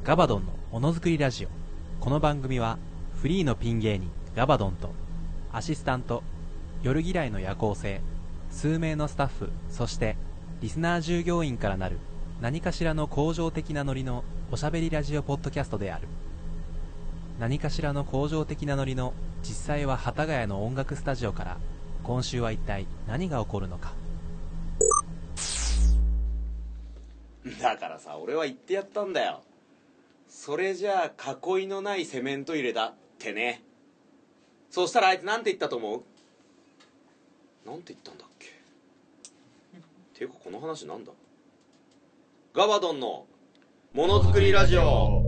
ガバドンのものづくりラジオ。この番組はフリーのピン芸人ガバドンとアシスタント、夜嫌いの夜行性、数名のスタッフ、そしてリスナー従業員からなる何かしらの向上的なノリのおしゃべりラジオポッドキャストである。何かしらの向上的なノリの実際は幡ヶ谷の音楽スタジオから、今週は一体何が起こるのか。 だからさ、俺は言ってやったんだよ。それじゃあ囲いのないセメント入れだってね。そしたらあいつなんて言ったと思う？なんて言ったんだっけ。ていうかこの話なんだ。ガバドンのものづくりラジオ。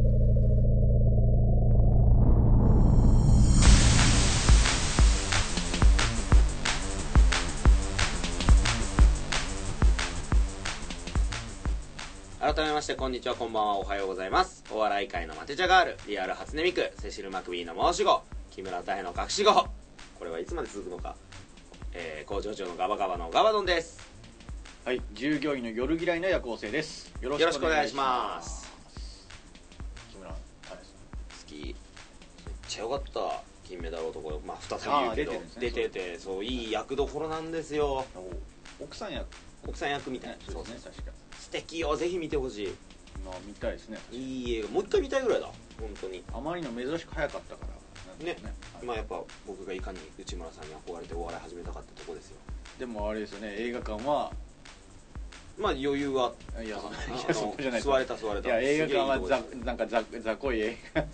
改めましてこんにちは、こんばんは、おはようございます。お笑い界のマテ茶ガール、リアル初音ミク、セシル・マクビーの申し子、木村多江の隠し子。これはいつまで続くのか。工場長のガバガバのガバドンです。 はい、従業員の夜嫌いの夜行性です。よろしくお願いします。木村多江さん好き。めっちゃよかった。金メダル男、まあ再び言うけど出てて、そういい役どころなんですよ。 奥さん役みたいな。 そうですね、確か素敵よ。ぜひ見てほしい。 まあ見たいですね。 いい映画、もう一回見たいぐらいだ本当に。 あまりの珍しく早かったからね。まあやっぱ僕がいかに内村さんに憧れてお笑い始めたかったとこですよ。 でもあれですよね、映画館はまあ余裕は。 いやそこじゃない。 座れた。いや映画館はなんか雑魚い映画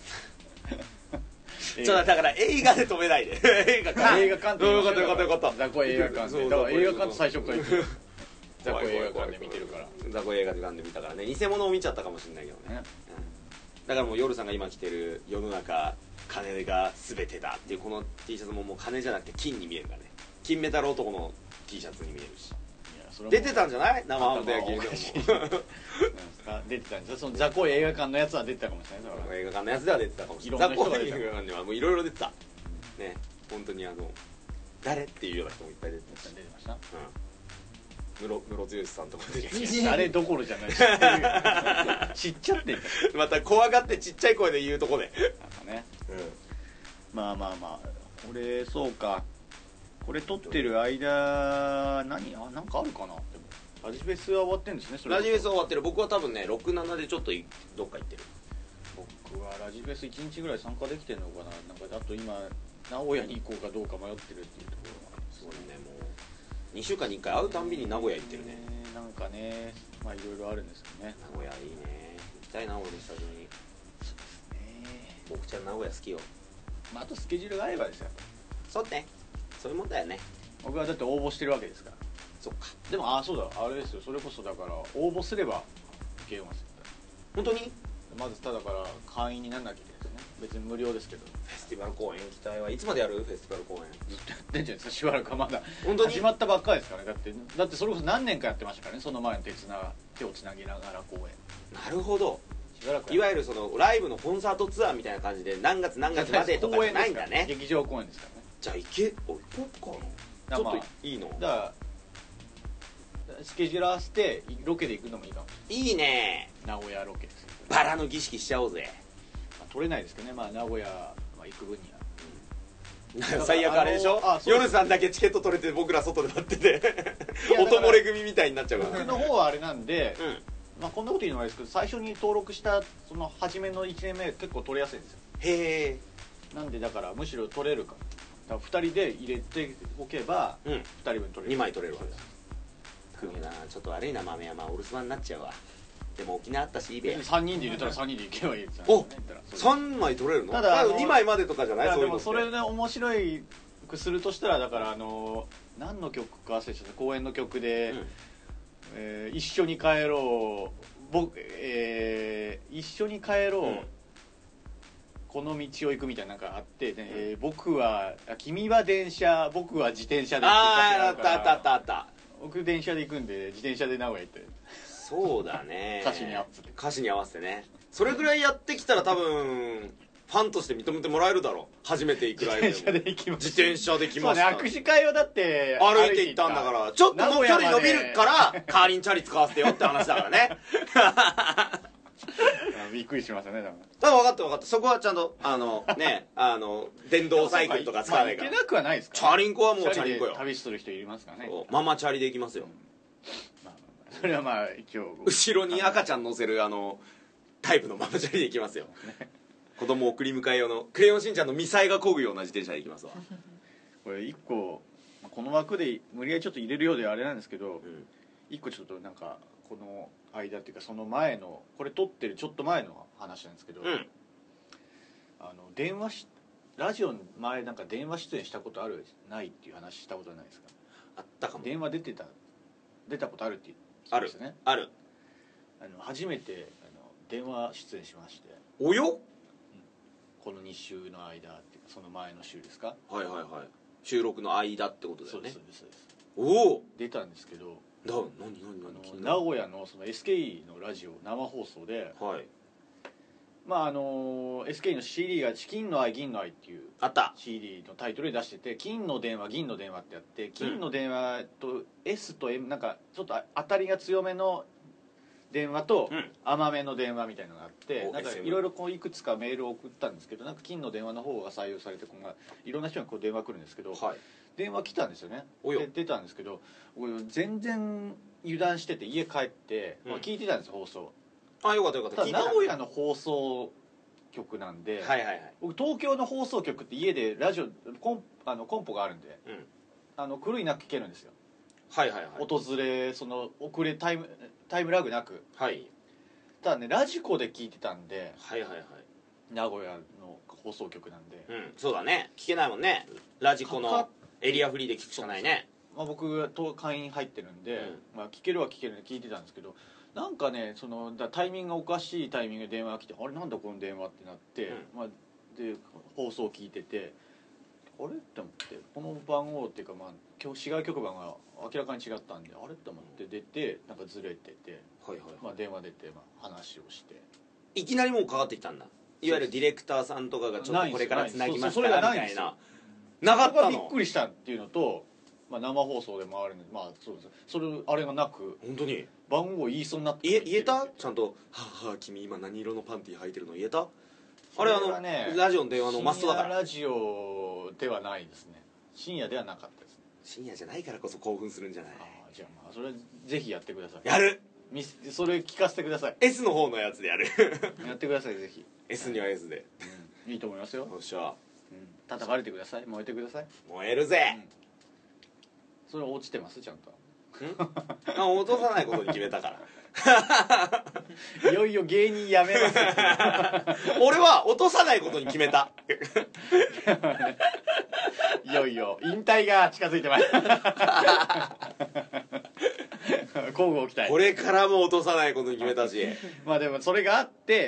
だから映画で止めないで。映画館よかった雑魚映画館で。だから映画館と最初から言ってる。雑魚映画館で見てるから。 雑魚映画館で見たからね。偽物を見ちゃったかもしれないけどね。だからもう夜さんが今着てる世の中金が全てだっていうこの T シャツももう金じゃなくて金に見えるからね。金メダル男の T シャツに見えるし。出てたんじゃない？生ハムと焼き肉でも出てたんですよ。その雑魚映画館のやつは出てたかもしれない。 雑魚映画館のやつでは出てたかもしれない。雑魚映画館ではもういろいろ出てたね。本当に誰っていうような人もいっぱい出てました。ムロツヨシさんとか出てきて、 誰どころじゃない知っちゃってんだまた怖がってちっちゃい声で言うとこでなんかね、まあ俺そうか、これ撮ってる間なんかあるかな。でもラジフェスは終わってるんですね。それラジフェスは終わってる。僕は多分ね67でちょっとどっか行ってる。 僕はラジフェス1日ぐらい参加できてんのかな。なんかあと今名古屋に行こうかどうか迷ってるっていうところがすごいね。もう2週間に1回会うたんびに名古屋行ってるね。 なんかね、まあいろいろあるんですけどね。 名古屋いいね。行きたいな俺のスタジオに。 そうですね。 僕ちゃん名古屋好きよ。 まああとスケジュールが合えばですよ。 そうね。そういうもんだよね。 僕はだって応募してるわけですから。 そっか。 でもそうだ、あれですよ。それこそだから応募すれば行けますよ。 本当に？ まずただから会員にならなきゃいけないですね。別に無料ですけど。 フェスティバル公演期待はいつまでやる？フェスティバル公演ずっとやってんじゃないですか。しばらくはまだ本当に始まったばっかりですからね。だってそれこそ何年かやってましたからね。その前の手をつなぎながら公演。 なるほど。 しばらくいわゆるそのライブのコンサートツアーみたいな感じで何月までとかじゃないんだね。 劇場公演ですからね。 じゃあ行こうかな。ちょっといいの？ だからスケジュール合わせてロケで行くのもいいかもしれない。 いいね。 名古屋ロケです。 バラの儀式しちゃおうぜ。 取れないですけどね。まあ名古屋は行く分には。 最悪あれでしょ。夜さんだけチケット取れて僕ら外で待ってて音漏れ組みたいになっちゃうから。 僕の方はあれなんで、まあこんなこと言うのもあれですけど、最初に登録したその初めの1年目結構取れやすいんですよ。 へえ。 なんでだからむしろ取れるか。だから2人で入れておけば2人分取れる。 2枚取れるわけだ。ちょっと悪いな豆山、お留守番になっちゃうわ。でも沖縄あったしいいべ。 3人で入れたら3人で行けばいいですよね。 お、3枚取れるの？ただ2枚までとかじゃない？そういうのって。 それで面白いくするとしたら、だから何の曲か忘れちゃった。公演の曲で、一緒に帰ろう、一緒に帰ろう、この道を行くみたいなのがあって、君は電車、僕は自転車でってあった僕電車で行くんで自転車で名古屋行って。 そうだね。 歌詞に合わせてね。 それぐらいやってきたら多分ファンとして認めてもらえるだろう。初めて行くライブでも自転車で来ました。 握手会はだって歩いて行ったんだから、ちょっとの距離伸びるからカーリンチャリ使わせてよって話だからね。 びっくりしますよね。 分かった分かった。そこはちゃんとね電動サイクルとか使わないから。 行けなくはないですか。 チャリンコはもうチャリンコよ。 旅する人いますからね。 ママチャリで行きますよ。 それはまあ一応後ろに赤ちゃん乗せるタイプのママチャリで行きますよ。子供送り迎え用のクレヨンしんちゃんのミサイが漕ぐような自転車で行きますわ。 これ一個この枠で無理やりちょっと入れるようであれなんですけど、一個ちょっとなんかこの間っていうかその前のこれ撮ってるちょっと前の話なんですけど、ラジオの前なんか電話出演したことあるないっていう話したことないですか。 あったかも。 電話出たことあるって言ってましたね。ある。 初めて電話出演しまして。 およ、 この2週の間っていうかその前の週ですか。 はいはいはい。収録の間ってことだよね。 そうです。 おお。 出たんですけど。 何名古屋のその SKE のラジオ生放送で、 はい、 まあSKE の CD が「金の愛銀の愛」っていう CD のタイトルで出してて、金の電話銀の電話ってやって、金の電話と S と M なんかちょっと当たりが強めの電話と甘めの電話みたいなのがあって、なんかいろいろいくつかメールを送ったんですけど、なんか金の電話の方が採用されていろんな人に電話来るんですけど、はい、電話来たんですよね。で出たんですけど、全然油断してて家帰って、聞いてたんです放送。 あ、よかったよかった。 ただ名古屋の放送局なんで、僕東京の放送局って家でラジオコンポがあるんで、狂いなく聞けるんですよ。訪れ遅れタイムラグなく。ただねラジコで聞いてたんで、名古屋の放送局なんで、 そうだね、聞けないもんね。ラジコのエリアフリーで聞くしかないね。 僕会員入ってるんで、聞けるは聞けるんで聞いてたんですけど、なんかねタイミングがおかしいタイミングで電話が来て、あれなんだこの電話ってなって、で放送を聞いてて、あれって思って、この番号っていうか今日市外局番が明らかに違ったんで、あれって思って出て、なんかずれてて、電話出て話をして、 いきなりもうかかってきたんだ。いわゆるディレクターさんとかがちょっとこれからつなぎますからみたいな。なかったの。 びっくりしたっていうのと、生放送でもあるんで、そうです。あれがなく、 本当に番号言いそうになって。 言えた？ちゃんと「はあ君今何色のパンティ履いてるの？」言えた？あれラジオの電話のマストだから。 深夜ラジオではないですね。深夜ではなかったですね。 深夜じゃないからこそ興奮するんじゃない？ じゃあそれぜひやってください。 やる。 それ聞かせてください。 S の方のやつでやる。 やってくださいぜひ。 S には S で、 いいと思いますよ。 よっしゃ、 叩かれてください。燃えてください。 燃えるぜ。 それ落ちてますちゃんと。 落とさないことに決めたからいよいよ芸人やめます。 俺は落とさないことに決めた。 いよいよ引退が近づいてまいりました交互期待。 これからも落とさないことに決めたしでもそれがあって、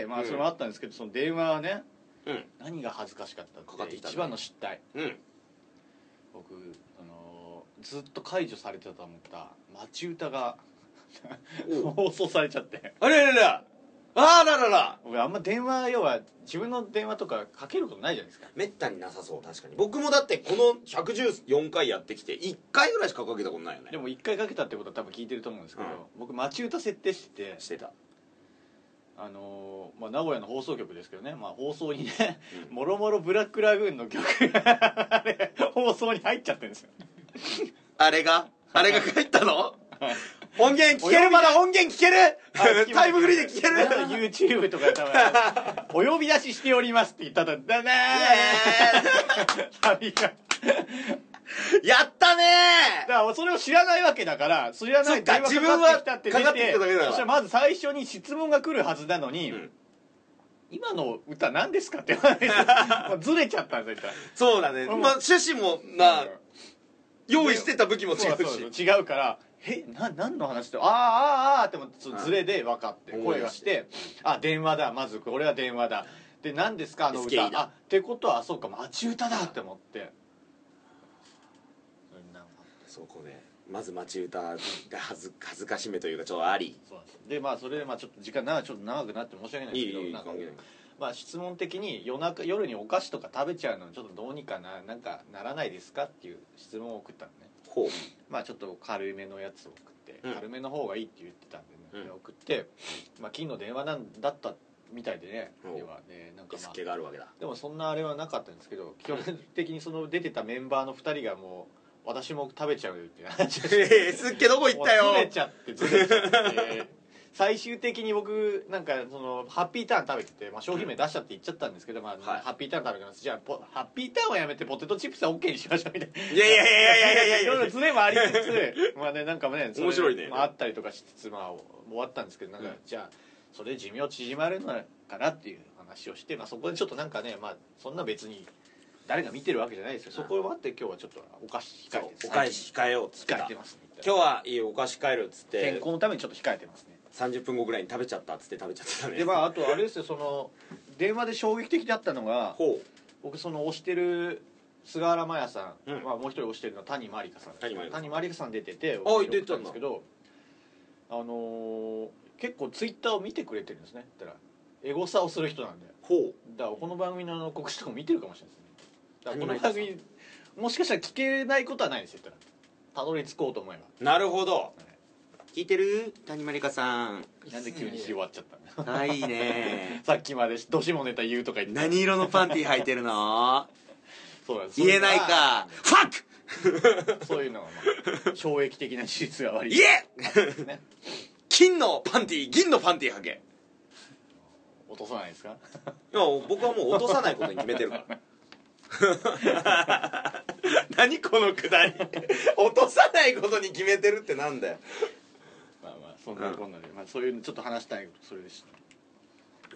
それもあったんですけど、その電話はね、何が恥ずかしかったって一番の失態、僕ずっと解除されてたと思った待ち歌が放送されちゃって、 あれらら俺あんま電話、要は自分の電話とかかけることないじゃないですか。 めったになさそう。確かに僕もだってこの114回やってきて1回ぐらいしかかけたことないよね。 でも1回かけたってことは多分聞いてると思うんですけど、僕待ち歌設定してた。 名古屋の放送局ですけどね、放送にね、もろもろブラックラグーンの曲が放送に入っちゃってるんですよ。 あれが入ったの？音源聞ける？まだ音源聞ける？タイムフリーで聞ける？ YouTube とか多分お呼び出ししておりますって言ったらだねーやったねー。 だからそれを知らないわけだから、知らない電話かかってきたって出て、そしたらまず最初に質問が来るはずなのに、今の歌何ですかって言われてずれちゃったんですよ。 そうだね。趣旨も用意してた武器も違うし。 違うから、何の話って、あーって思って、ズレで分かって、声がして、電話だ、まずこれは電話だ。で、何ですかあの歌。ってことは、そうか、待ち歌だって思って。 そこで、まず待ち歌が恥ずかしめというか、ちょっとあり。 そうなんです。で、それで、ちょっと時間ちょっと長くなって申し訳ないですけど、質問的に夜にお菓子とか食べちゃうのちょっとどうにかならないですかっていう質問を送ったのね。ちょっと軽めのやつを送って、軽めの方がいいって言ってたんでね、送って、金の電話だったみたいでね、 うんではね、なんか S 気があるわけだ。 でもそんなあれはなかったんですけど、基本的にその出てたメンバーの2人がもう私も食べちゃうって話をして S 気どこ行ったよ。 もうずれちゃって最終的に僕なんかそのハッピーターン食べてて、まあ、商品名出しちゃって言っちゃったんですけど、まあはいハッピーターン食べてます、じゃあハッピーターンはやめてポテトチップスは OK にしましょうみたいな。 いやいやいやいやいやいやいろいろズレもありつつまあね、なんかね、それ面白いねまあ、あったりとかしつつ、まあ終わったんですけど、なんか、じゃあそれで寿命縮まるのかなっていう話をして、まあ、そこでちょっとなんかね、まあそんな別に誰が見てるわけじゃないですよ、そこを待って今日はちょっとお菓子控えてお菓子控えようっつってた。 控えてますね。 今日はいいお菓子控えるっつって健康のためにちょっと控えてますね。 30分後ぐらいに食べちゃったっつって食べちゃってたね。 でまああとあれですよ、その電話で衝撃的だったのが、 ほ僕その推してる菅原麻也さん、 うんまあ、もう一人推してるのは谷まりかさん、 谷まりか谷まりかさん出てて出てたんだんですけど、結構ツイッターを見てくれてるんですね。だからエゴサをする人なんで、 ほだからこの番組の告知とかも見てるかもしれないですね。だからこの谷まりか番組もしかしたら聞けないことはないですよ、言ったらたどり着こうと思えば。 う。なるほど。聞いてる谷まりかさん。 なんで急に終わっちゃったんだあいいね。 さっきまでどしもネタ言うとか言って何色のパンティー履いてるの？ そうなんです。 言えないか。ファック。 そういうのが、まあ、衝撃的な事実が割言え。 ですね。 金のパンティー、銀のパンティー履け。 落とさないですか？ いや僕はもう落とさないことに決めてるから何このくだり。落とさないことに決めてるってなんだよ。 まあまあそんなこんなで、まあ、そういうのちょっと話したいことそれでした。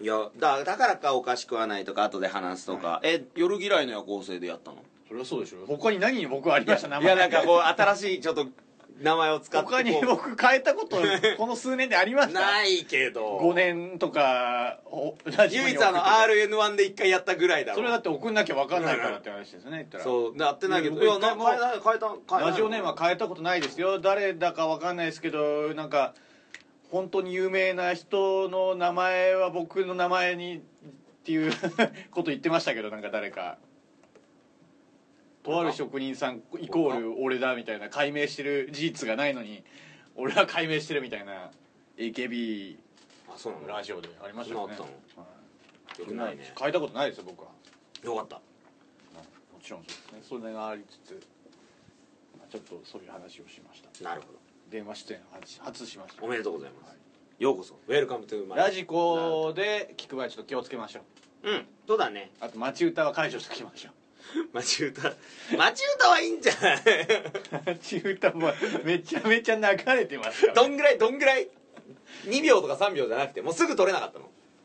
いやだからかお菓子食わないとか後で話すとか、夜嫌いの夜行性でやったの？ それはそうでしょう。他に何に僕はありました？名前。 いやなんかこう新しいちょっと名前を使ってこう他に僕変えたことこの数年でありました？ ないけど 5年とかラジオに唯一RN1 で1回やったぐらいだろ。 それだって送んなきゃ分かんないからって話ですね、言ったら。 そうやってないけど、 いや僕変えたラジオネームは変えたことないですよ。誰だか分かんないですけど、なんか本当に有名な人の名前は僕の名前にっていうこと言ってましたけど、なんか誰かとある職人さんイコール俺だみたいな、解明してる事実がないのに俺は解明してるみたいな AKB そうなのラジオでありましたよね。 そんなあったの？ はいよくないね。 変えたことないですよ僕は。 よかった。 もちろんそうですね。それがありつつちょっとそういう話をしました。 なるほど。 電話出演初しました。 おめでとうございます、 はいようこそウェルカムトゥーマイラジコで聞く場合ちょっと気をつけましょう。 うんそうだね。 あと街歌は解除しておきましょう。 町歌はいいんじゃない？ 街歌もめちゃめちゃ流れてますから、 どんぐらい2秒とか3秒じゃなくてもうすぐ取れなかったの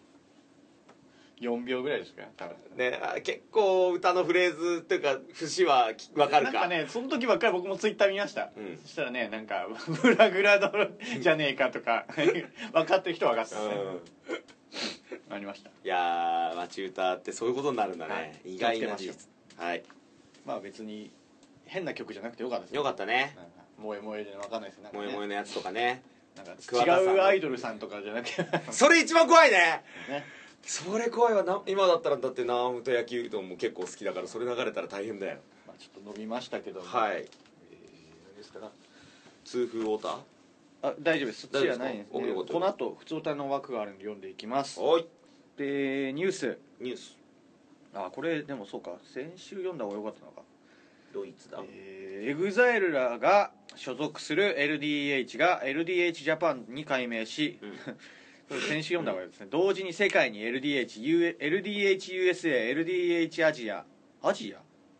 4秒ぐらいですか多分ね。結構歌のフレーズっていうか節は分かるか。 なんかねその時ばっかり僕もツイッター見ました、 うんそしたらねなんかブラグラドルじゃねえかとか分かってる人は分かってた、ありました。 いやー町歌ってそういうことになるんだね、 はい、 意外な事気をつけ実。はいまあ別に変な曲じゃなくてよかったですよかったね。 なんか萌え萌えで分かんないですなんかね萌え萌えのやつとかね。 なんか桑田さん違うアイドルさんとかじゃなくてそれ一番怖いね。 ねそれ怖いわな。今だったらだって生ムと焼きうどんも結構好きだからそれ流れたら大変だよ。 まあちょっと伸びましたけどもはい。 何ですから痛風ウォーター。 大丈夫です。そっちじゃないですね。 大丈夫ですか？ この後普通歌の枠があるんで読んでいきます。 おいでニュース、 ニュース。 これでもそうか、先週読んだ方が良かったのか。 ドイツだ。 エグザイルらが所属する LDH が LDH ジャパンに改名し、これ先週読んだ方がいいですね。同時に世界に LDH、LDH USA、LDH アジア、 アジア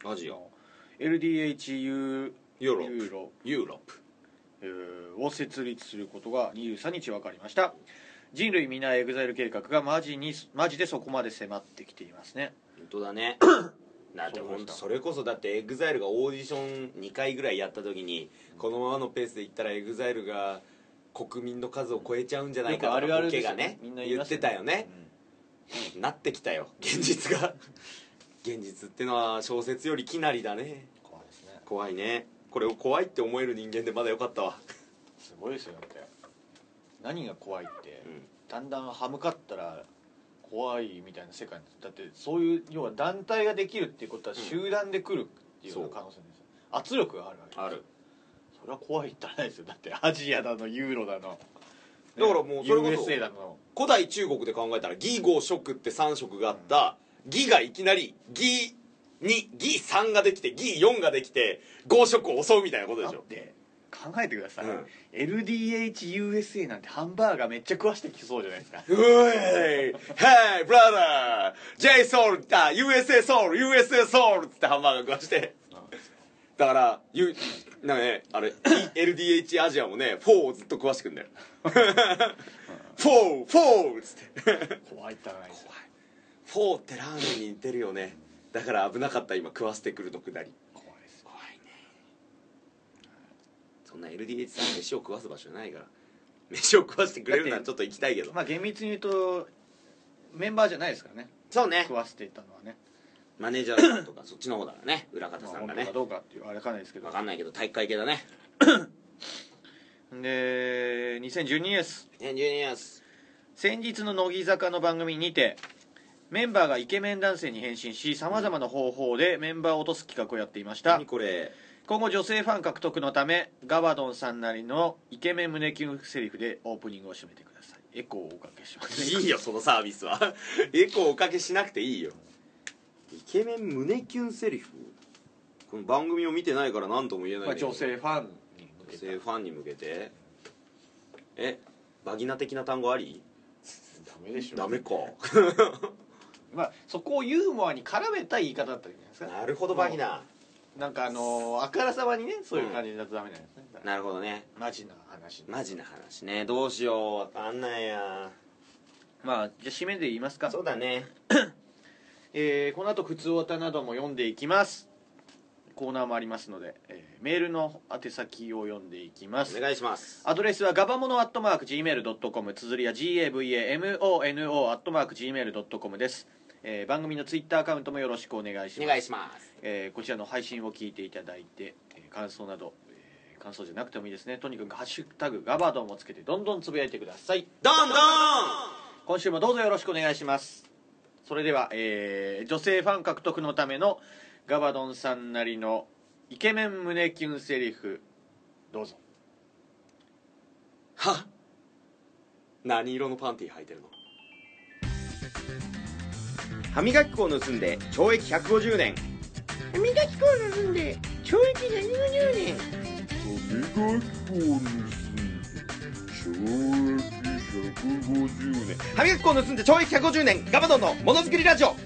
LDH ユヨーロップを設立することが23日分かりました。人類皆エグザイル計画がマジでそこまで迫ってきていますね。 本当だね。だってほんとそれこそだってエグザイルがオーディション2回ぐらいやった時にこのままのペースでいったらエグザイルが国民の数を超えちゃうんじゃないかとかボケがね言ってたよね、なってきたよ現実が。現実ってのは小説よりきなりだね。 怖いですね。 怖いね。これを怖いって思える人間でまだよかったわ。 すごいですよ。だって何が怖いって、だんだん歯向かったら怖いみたいな世界だってそういう要は団体ができるっていうことは集団で来るっていうような可能性ですよ、圧力があるわけです。 ある。 それは怖いってないですよ。だってアジアだのユーロだのだからもうそれこそ USA だの古代中国で考えたら義五色って3色があった義がいきなり義2義3ができて義4ができて5色を襲うみたいなことでしょ。 だって考えてください、 うん LDHUSA なんてハンバーガーめっちゃ食わしてきそうじゃないですか。 うえい Hey brother J ソウルUSA ソウル USA ソウルっつってハンバーガー食わしてだからなんかねあれ LDH アジアもねフォーをずっと食わしてくんだよフォーっつって怖いったらないですよ。 フォーってラーメンに似てるよね。だから危なかった今食わせてくるのくだり怖いです。 怖いね。そんな LDH さん飯を食わす場所じゃないから飯を食わせてくれるならちょっと行きたいけどまあ厳密に言うとメンバーじゃないですからね、 そうね食わせていたのはね。 マネージャーさんとかそっちの方だからね裏方さんがね本当かどうかっていうあれかんないですけど。 分かんないけど体育会系だねで2012年です。 エンジニアス先日の乃木坂の番組にてメンバーがイケメン男性に変身しさまざまな方法でメンバーを落とす企画をやっていました。 何これ今後女性ファン獲得のためガバドンさんなりのイケメン胸キュンセリフでオープニングを締めてください。エコーをおかけしますいいよそのサービスはエコーおかけしなくていいよ。イケメン胸キュンセリフこの番組を見てないから何とも言えないまあけど女性ファンに向け女性ファンに向けてバギナ的な単語ありダメでしょ。 ダメかまあそこをユーモアに絡めた言い方だったらいいんじゃないですか。 なるほどバギナなんかあからさまにねそういう感じだとダメなんですね、 なるほどねマジな話。 マジな話ねどうしようわかんないやまあじゃあ締めで言いますか。 そうだねこの後普通オタなども読んでいきます。コーナーもありますので、メールの宛先を読んでいきます。 お願いしますアドレスはガバモノ@gmail.com 綴りは GAVAMONO@gmail.com です。番組のツイッターアカウントもよろしくお願いします。 お願いしますこちらの配信を聞いていただいて、感想など、感想じゃなくてもいいですね。とにかくハッシュタグガバドンをつけてどんどんつぶやいてください。 どんどん今週もどうぞよろしくお願いします。それでは、女性ファン獲得のためのガバドンさんなりのイケメン胸キュンセリフどうぞ。 は何色のパンティー履いてるの歯磨き粉を盗んで懲役150年歯磨き粉を盗んで懲役150年歯磨き粉を盗んで懲役150年ガバドンのものづくりラジオ。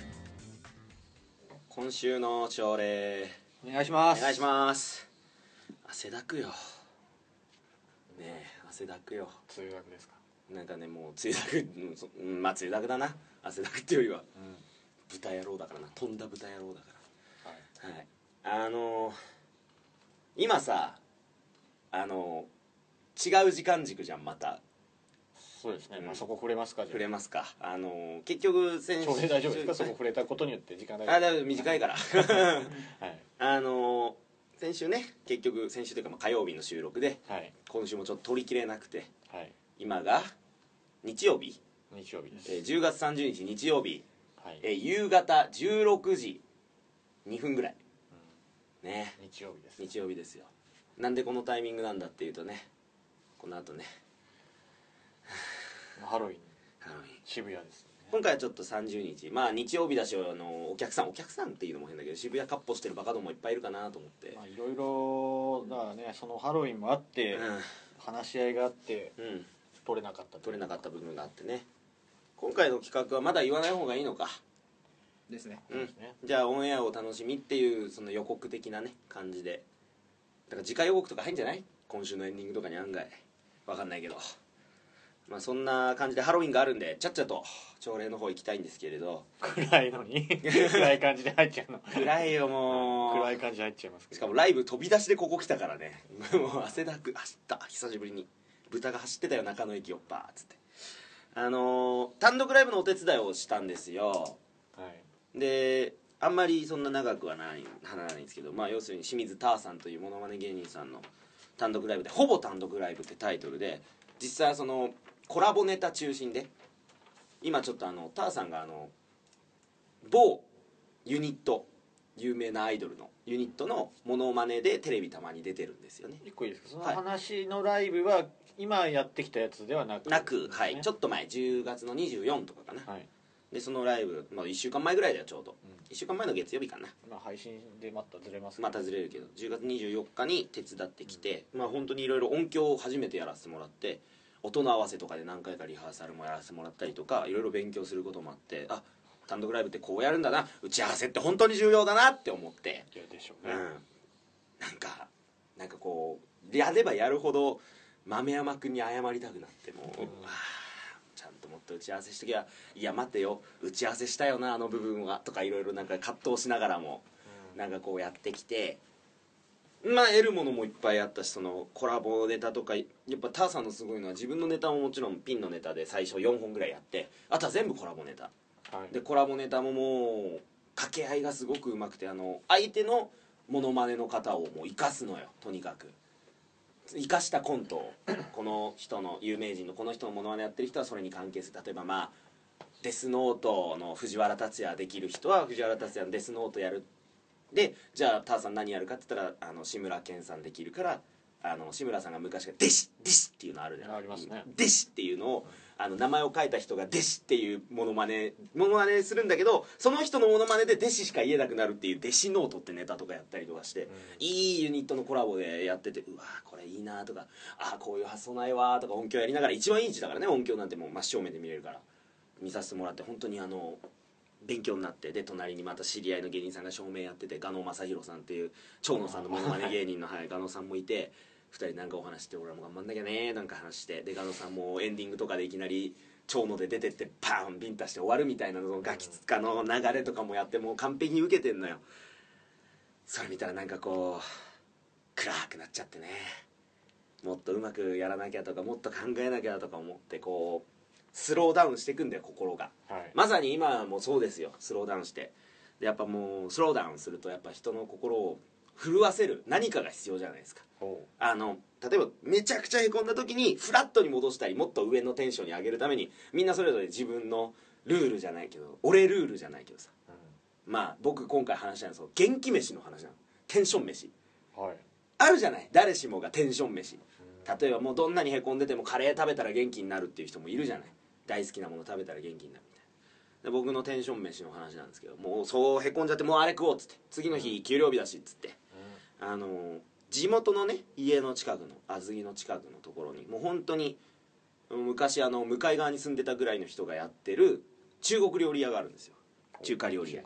今週の朝礼お願いします。 お願いします。汗だくよねえ汗だくよ。 梅雨だくですか。 なんかねもう梅雨だくまあ梅雨だくだな汗だくっていうよりは、豚野郎だからな飛んだ豚野郎だからはい今さ違う時間軸じゃんまたそうですね、まあ、そこ触れますか。 触れますか結局先週朝礼大丈夫ですか。そこ触れたことによって時間大丈夫だから短いからはい先週ね結局先週というかまあ火曜日の収録ではい今週もちょっと取りきれなくてはい今が日曜日、 日曜日です。 10月30日日曜日、 はい夕方16時2分ぐらい、ね日曜日です。 日曜日ですよ。なんでこのタイミングなんだっていうとねこの後ねハロウィンハロウィン渋谷ですね。 今回はちょっと30日まあ日曜日だしお客さんっていうのも変だけど渋谷カッポしてるバカどもいっぱいいるかなと思って、 まあいろいろだからねそのハロウィンもあって、話し合いがあってうん取れなかった取れなかった部分があってね今回の企画はまだ言わない方がいいのかですね。 うんじゃあオンエアを楽しみっていうその予告的なね感じでだから次回予告とか入んじゃない今週のエンディングとかに案外わかんないけどまあそんな感じでハロウィンがあるんでちゃっちゃと朝礼の方行きたいんですけれど暗いのに暗い感じで入っちゃうの。 暗いよもう暗い感じで入っちゃいますけど。 しかもライブ飛び出しでここ来たからねもう汗だく走った久しぶりに豚が走ってたよ中野駅をバーッつって単独ライブのお手伝いをしたんですよ。 はいであんまりそんな長くは話らないんですけどまあ要するに清水ターさんというモノマネ芸人さんの単独ライブでほぼ単独ライブってタイトルで実際はそのコラボネタ中心で今ちょっとターさんが某ユニット有名なアイドルのユニットのモノマネでテレビたまに出てるんですよね。 一個いいですか、その話のライブは今やってきたやつではなく、 はい、ちょっと前10月の24とかかな、 はい、 でそのライブ、1週間前ぐらいだよちょうど、1週間前の月曜日かな、 配信でまたずれますまたずれるけど10月24日に手伝ってきて、本当にいろいろ音響を初めてやらせてもらって、音の合わせとかで何回かリハーサルもやらせてもらったりとかいろいろ勉強することもあって、単独ライブってこうやるんだな、打ち合わせって本当に重要だなって思って、 いやでしょうね、 なんかこうやればやるほど豆山君に謝りたくなってもちゃんともっと打ち合わせしときゃ、いや待ってよ打ち合わせしたよなあの部分はとかいろいろなんか葛藤しながらもなんかこうやってきて、得るものもいっぱいあったし、そのコラボネタとかやっぱターさんのすごいのは自分のネタももちろんピンのネタで最初4本ぐらいやって、あとは全部コラボネタ、でコラボネタももう掛け合いがすごくうまくて、相手のモノマネの方をもう生かすのよ。とにかく生かしたコントをこの人の有名人のこの人のモノマネやってる人はそれに関係する。例えばデスノートの藤原竜也できる人は藤原竜也のデスノートやる。でじゃあターさん何やるかって言ったら志村けんさんできるから志村さんが昔から「弟子弟子」っていうのあるじゃない。 ありますね。 弟子っていうのを名前を書いた人が弟子っていうモノマネするんだけど、その人のモノマネで弟子しか言えなくなるっていう弟子ノートってネタとかやったりとかして、いいユニットのコラボでやってて、うわこれいいなとか、こういう発想ないわとか音響やりながら、一番いい字だからね音響なんてもう真正面で見れるから見させてもらって、本当に勉強になって、で隣にまた知り合いの芸人さんが照明やってて、加納正弘さんっていう長野さんのモノマネ芸人の加納さんもいて、2人なんかお話して、俺らも頑張んなきゃねなんか話して、で加納さんもエンディングとかでいきなり長野で出てってパーンビンタして終わるみたいなのガキツカの流れとかもやって、もう完璧に受けてんのよ。それ見たらなんかこう暗くなっちゃってね、もっとうまくやらなきゃとかもっと考えなきゃとか思って、こうスローダウンしていくんだよ心が、まさに今もそうですよ。スローダウンしてでやっぱもうスローダウンするとやっぱ人の心を震わせる何かが必要じゃないですか。例えばめちゃくちゃへこんだ時にフラットに戻したり、もっと上のテンションに上げるためにみんなそれぞれ自分のルールじゃないけど、俺ルールじゃないけどさ、僕今回話したのは元気飯の話なの。テンション飯、あるじゃない、誰しもがテンション飯。例えばもうどんなにへこんでてもカレー食べたら元気になるっていう人もいるじゃない。大好きなもの食べたら元気になるみたいな。で僕のテンション飯の話なんですけど、もうそうへこんじゃって、もうあれ食おうっつって、次の日給料日だしっつって、地元のね家の近くの安曇の近くのところに、もう本当に昔向かい側に住んでたぐらいの人がやってる中国料理屋があるんですよ。中華料理屋、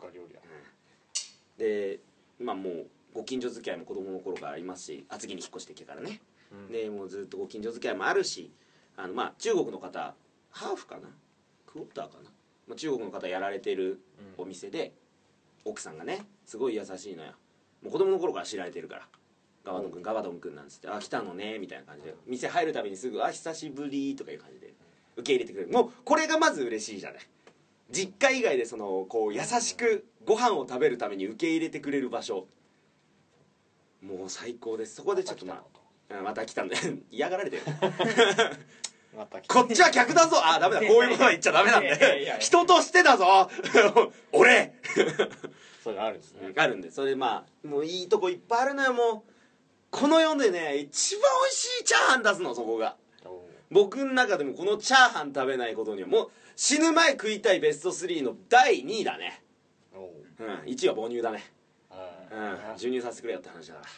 でもうご近所付き合いも子供の頃からありますし、厚木に引っ越してきてからね、でもうずっとご近所付き合いもあるし、中国の方ハーフかなクォーターかな、中国の方やられてるお店で、奥さんがねすごい優しいのよ。もう子供の頃から知られてるから、ガバドン君ガバドン君なんつって、来たのねみたいな感じで、店入るたびにすぐ久しぶりとかいう感じで受け入れてくれる。もうこれがまず嬉しいじゃない。実家以外でこう優しくご飯を食べるために受け入れてくれる場所、もう最高です。そこでちょっとまた来たんだよ嫌がられてるこっちは客だぞ。ダメだ、こういうことは言っちゃダメなんで人としてだぞ俺それあるんですね。 あるんで、それもういいとこいっぱいあるのよ。もうこの世でね一番美味しいチャーハン出すの、そこが。僕の中でもこのチャーハン食べないことにはもう死ぬ前食いたいベスト3の第2位だね。1位は母乳だね。授乳させてくれよって話だから。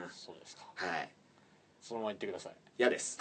そうですか。 はい、 そのまま言ってください。 嫌です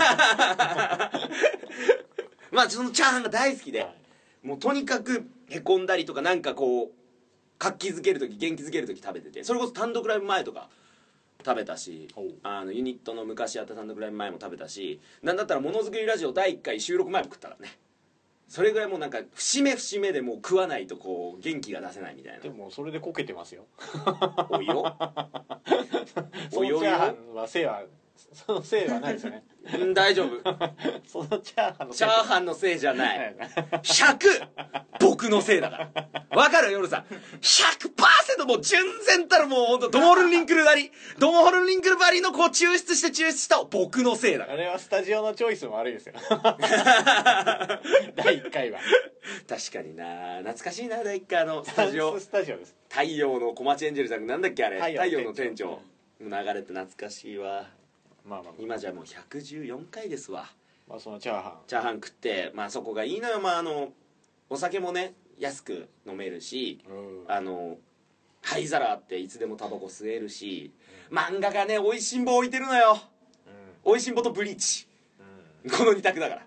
そのチャーハンが大好きで、もうとにかくへこんだりとかなんかこう活気づける時元気づける時食べてて、それこそ単独ライブ前とか食べたし、ユニットの昔やった単独ライブ前も食べたし、なんだったらものづくりラジオ第1回収録前も食ったからね。それぐらいもうなんか節目節目でもう食わないとこう元気が出せないみたいな。 でもそれでこけてますよおいよそのチャーハンは背はそのせいではないですよね。 大丈夫。 そのチャーハンのチャーハンのせいじゃない。100僕のせいだから。わかる夜さん。100% もう純然たるもうほんとドモホルリンクルバリのこう抽出した僕のせいだから。 あれはスタジオのチョイスも悪いですよ。第1回は。 確かにな。懐かしいな、第1回スタジオ。 スタジオです。 太陽の小町エンジェルさんなんだっけあれ。太陽の店長。流れて懐かしいわ。今じゃもう114回ですわ。 そのチャーハン食ってそこがいいのよ。お酒もね安く飲めるし、灰皿あっていつでもタバコ吸えるし、漫画がねおいしんぼ置いてるのよ。おいしんぼとブリーチ、この2択だから。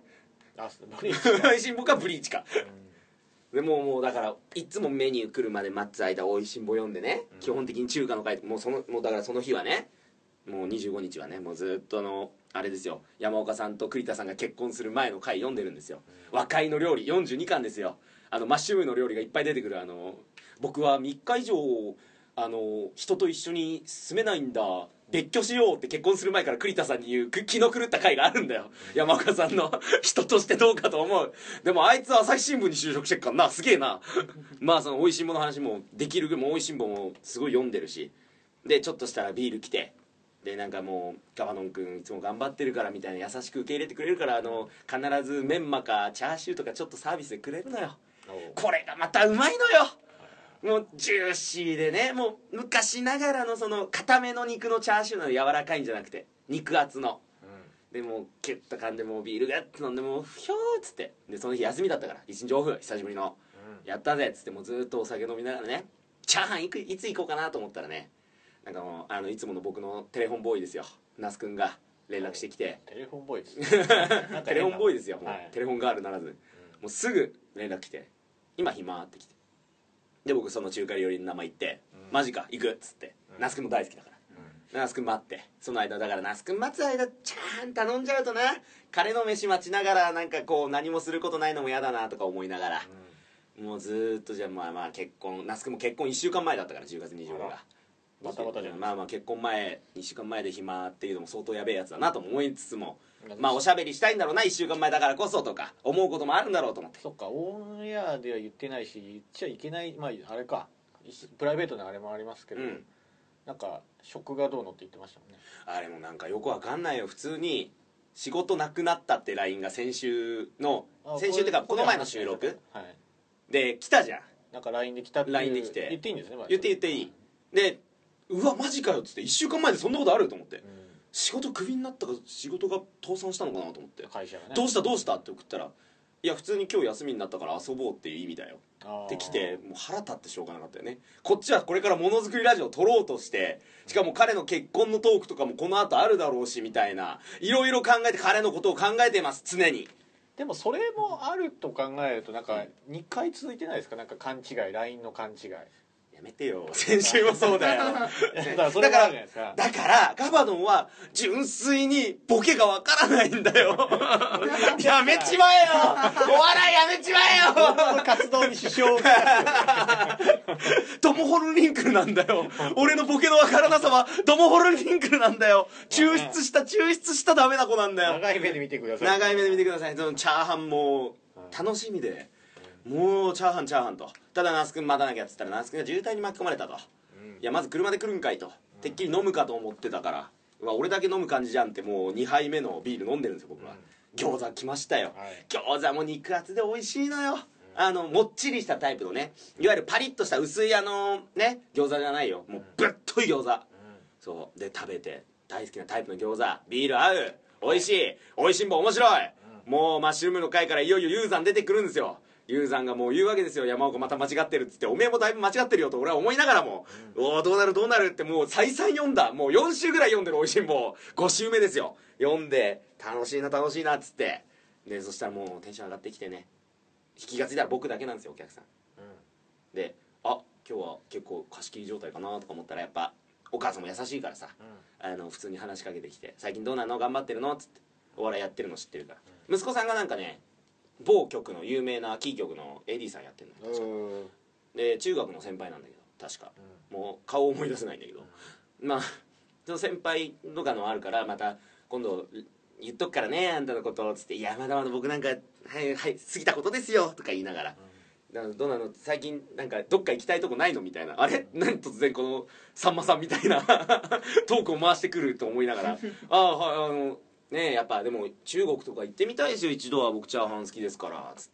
おいしんぼかブリーチか。でもうだからいつもメニュー来るまで待つ間おいしんぼ読んでね、基本的に中華の回もうだからその日はね、もう25日はねもうずっとあれですよ、山岡さんと栗田さんが結婚する前の回読んでるんですよ。和解の料理42巻ですよ。マッシュルームの料理がいっぱい出てくる僕は3日以上人と一緒に住めないんだ、別居しようって結婚する前から栗田さんに言う気の狂った回があるんだよ。山岡さんの人としてどうかと思う。でもあいつは朝日新聞に就職してっからな、すげえな。そのおいしんぼの話もできるぐらい、もうおいしんぼもすごい読んでるし、でちょっとしたらビール来て、でなんかもうガバノン君いつも頑張ってるからみたいな優しく受け入れてくれるから、必ずメンマかチャーシューとかちょっとサービスでくれるのよ。これがまたうまいのよ。もうジューシーでね、もう昔ながらのその固めの肉のチャーシューの柔らかいんじゃなくて肉厚の、でもうキュッと噛んでもうビールガッと飲んでもうひょーっつって、でその日休みだったから一日オフ久しぶりの、やったぜっつってもうずっとお酒飲みながらね、チャーハンいつ行こうかなと思ったらね、なんかもういつもの僕のテレフォンボーイですよ、那須くんが連絡してきて。 テレフォンボーイですテレフォンボーイですよ、もうテレフォンガールならず、もうすぐ連絡来て今暇って来て、で僕その中華料理の名前言って、マジか行くっつって、那須くんも大好きだから、那須くん待って、その間だから那須くん待つ間チャーハン頼んじゃうとな、彼の飯待ちながらなんかこう何もすることないのも嫌だなとか思いながら、もうずーっとじゃあ結婚、那須くんも結婚1週間前だったから10月25日がバタバタじゃん。 結婚前2週間前で暇っていうのも相当やべえやつだなと思いつつも、おしゃべりしたいんだろうな1週間前だからこそとか思うこともあるんだろうと思って。 そっか、オンエアでは言ってないし言っちゃいけない、あれかプライベートなあれもありますけど、なんか食がどうのって言ってましたもんね。 あれもなんかよくわかんないよ。普通に仕事なくなったって LINE が先週っていうかこの前の収録で来たじゃん。 なんか LINE で来たって LINE で来て言っていいんですね。 言っていいで、うわマジかよっつって、1週間前でそんなことあると思って、仕事クビになったか仕事が倒産したのかなと思って、 会社がね、 どうしたって送ったら、いや普通に今日休みになったから遊ぼうっていう意味だよって来て、もう腹立ってしょうがなかったよね。こっちはこれからものづくりラジオを撮ろうとして、しかも彼の結婚のトークとかもこの後あるだろうしみたいな、いろいろ考えて彼のことを考えてます常に。 でもそれもあると考えるとなんか2回続いてないですか、なんか勘違い、 LINE の勘違い。 やめてよ、先週もそうだよだからガバドンは純粋にボケがわからないんだよやめちまえよお笑いやめちまえよ活動に支障をドモホルリンクルなんだよ俺のボケのわからなさはドモホルリンクルなんだよ。抽出したダメな子なんだよ。 長い目で見てください。 長い目で見てください。そのチャーハンも楽しみで、もうチャーハンと。ただ那須君待たなきゃっつったら那須君が渋滞に巻き込まれたと、いやまず車で来るんかいと、てっきり飲むかと思ってたから、俺だけ飲む感じじゃんってもう2杯目のビール飲んでるんですよ僕は。餃子来ましたよ、餃子も肉厚で美味しいのよ。もっちりしたタイプのね、いわゆるパリッとした薄いね餃子じゃないよ、もうぶっとい餃子、そうで食べて、大好きなタイプの餃子、ビール合う、美味しい、美味しんぼ面白い、もうマッシュルームの回からいよいよユーザン出てくるんですよ。ユーザンがもう言うわけですよ、山岡また間違ってるっつって、おめえもだいぶ間違ってるよと俺は思いながらも、おおどうなるってもう再三読んだ、もう4週ぐらい読んでる美味しんぼ5週目ですよ。読んで楽しいなっつって、でそしたらもうテンション上がってきてね、気がついたら僕だけなんですよお客さん、で今日は結構貸し切り状態かなとか思ったら、やっぱお母さんも優しいからさ、普通に話しかけてきて、最近どうなの頑張ってるのっつって、お笑いやってるの知ってるから、息子さんがなんかね某局の有名なキー局の AD さんやってるの確かで、中学の先輩なんだけど確か、もう顔思い出せないんだけど、まあその先輩とかのあるからまた今度言っとくからねあんたのことっつって「いやまだまだ僕なんかはいはい過ぎたことですよ」とか言いながらどうなの最近なんかどっか行きたいとこないのみたいなあれ何突然このさんまさんみたいなトークを回してくると思いながらああはいねえやっぱでも中国とか行ってみたいですよ一度は僕チャーハン好きですからつって、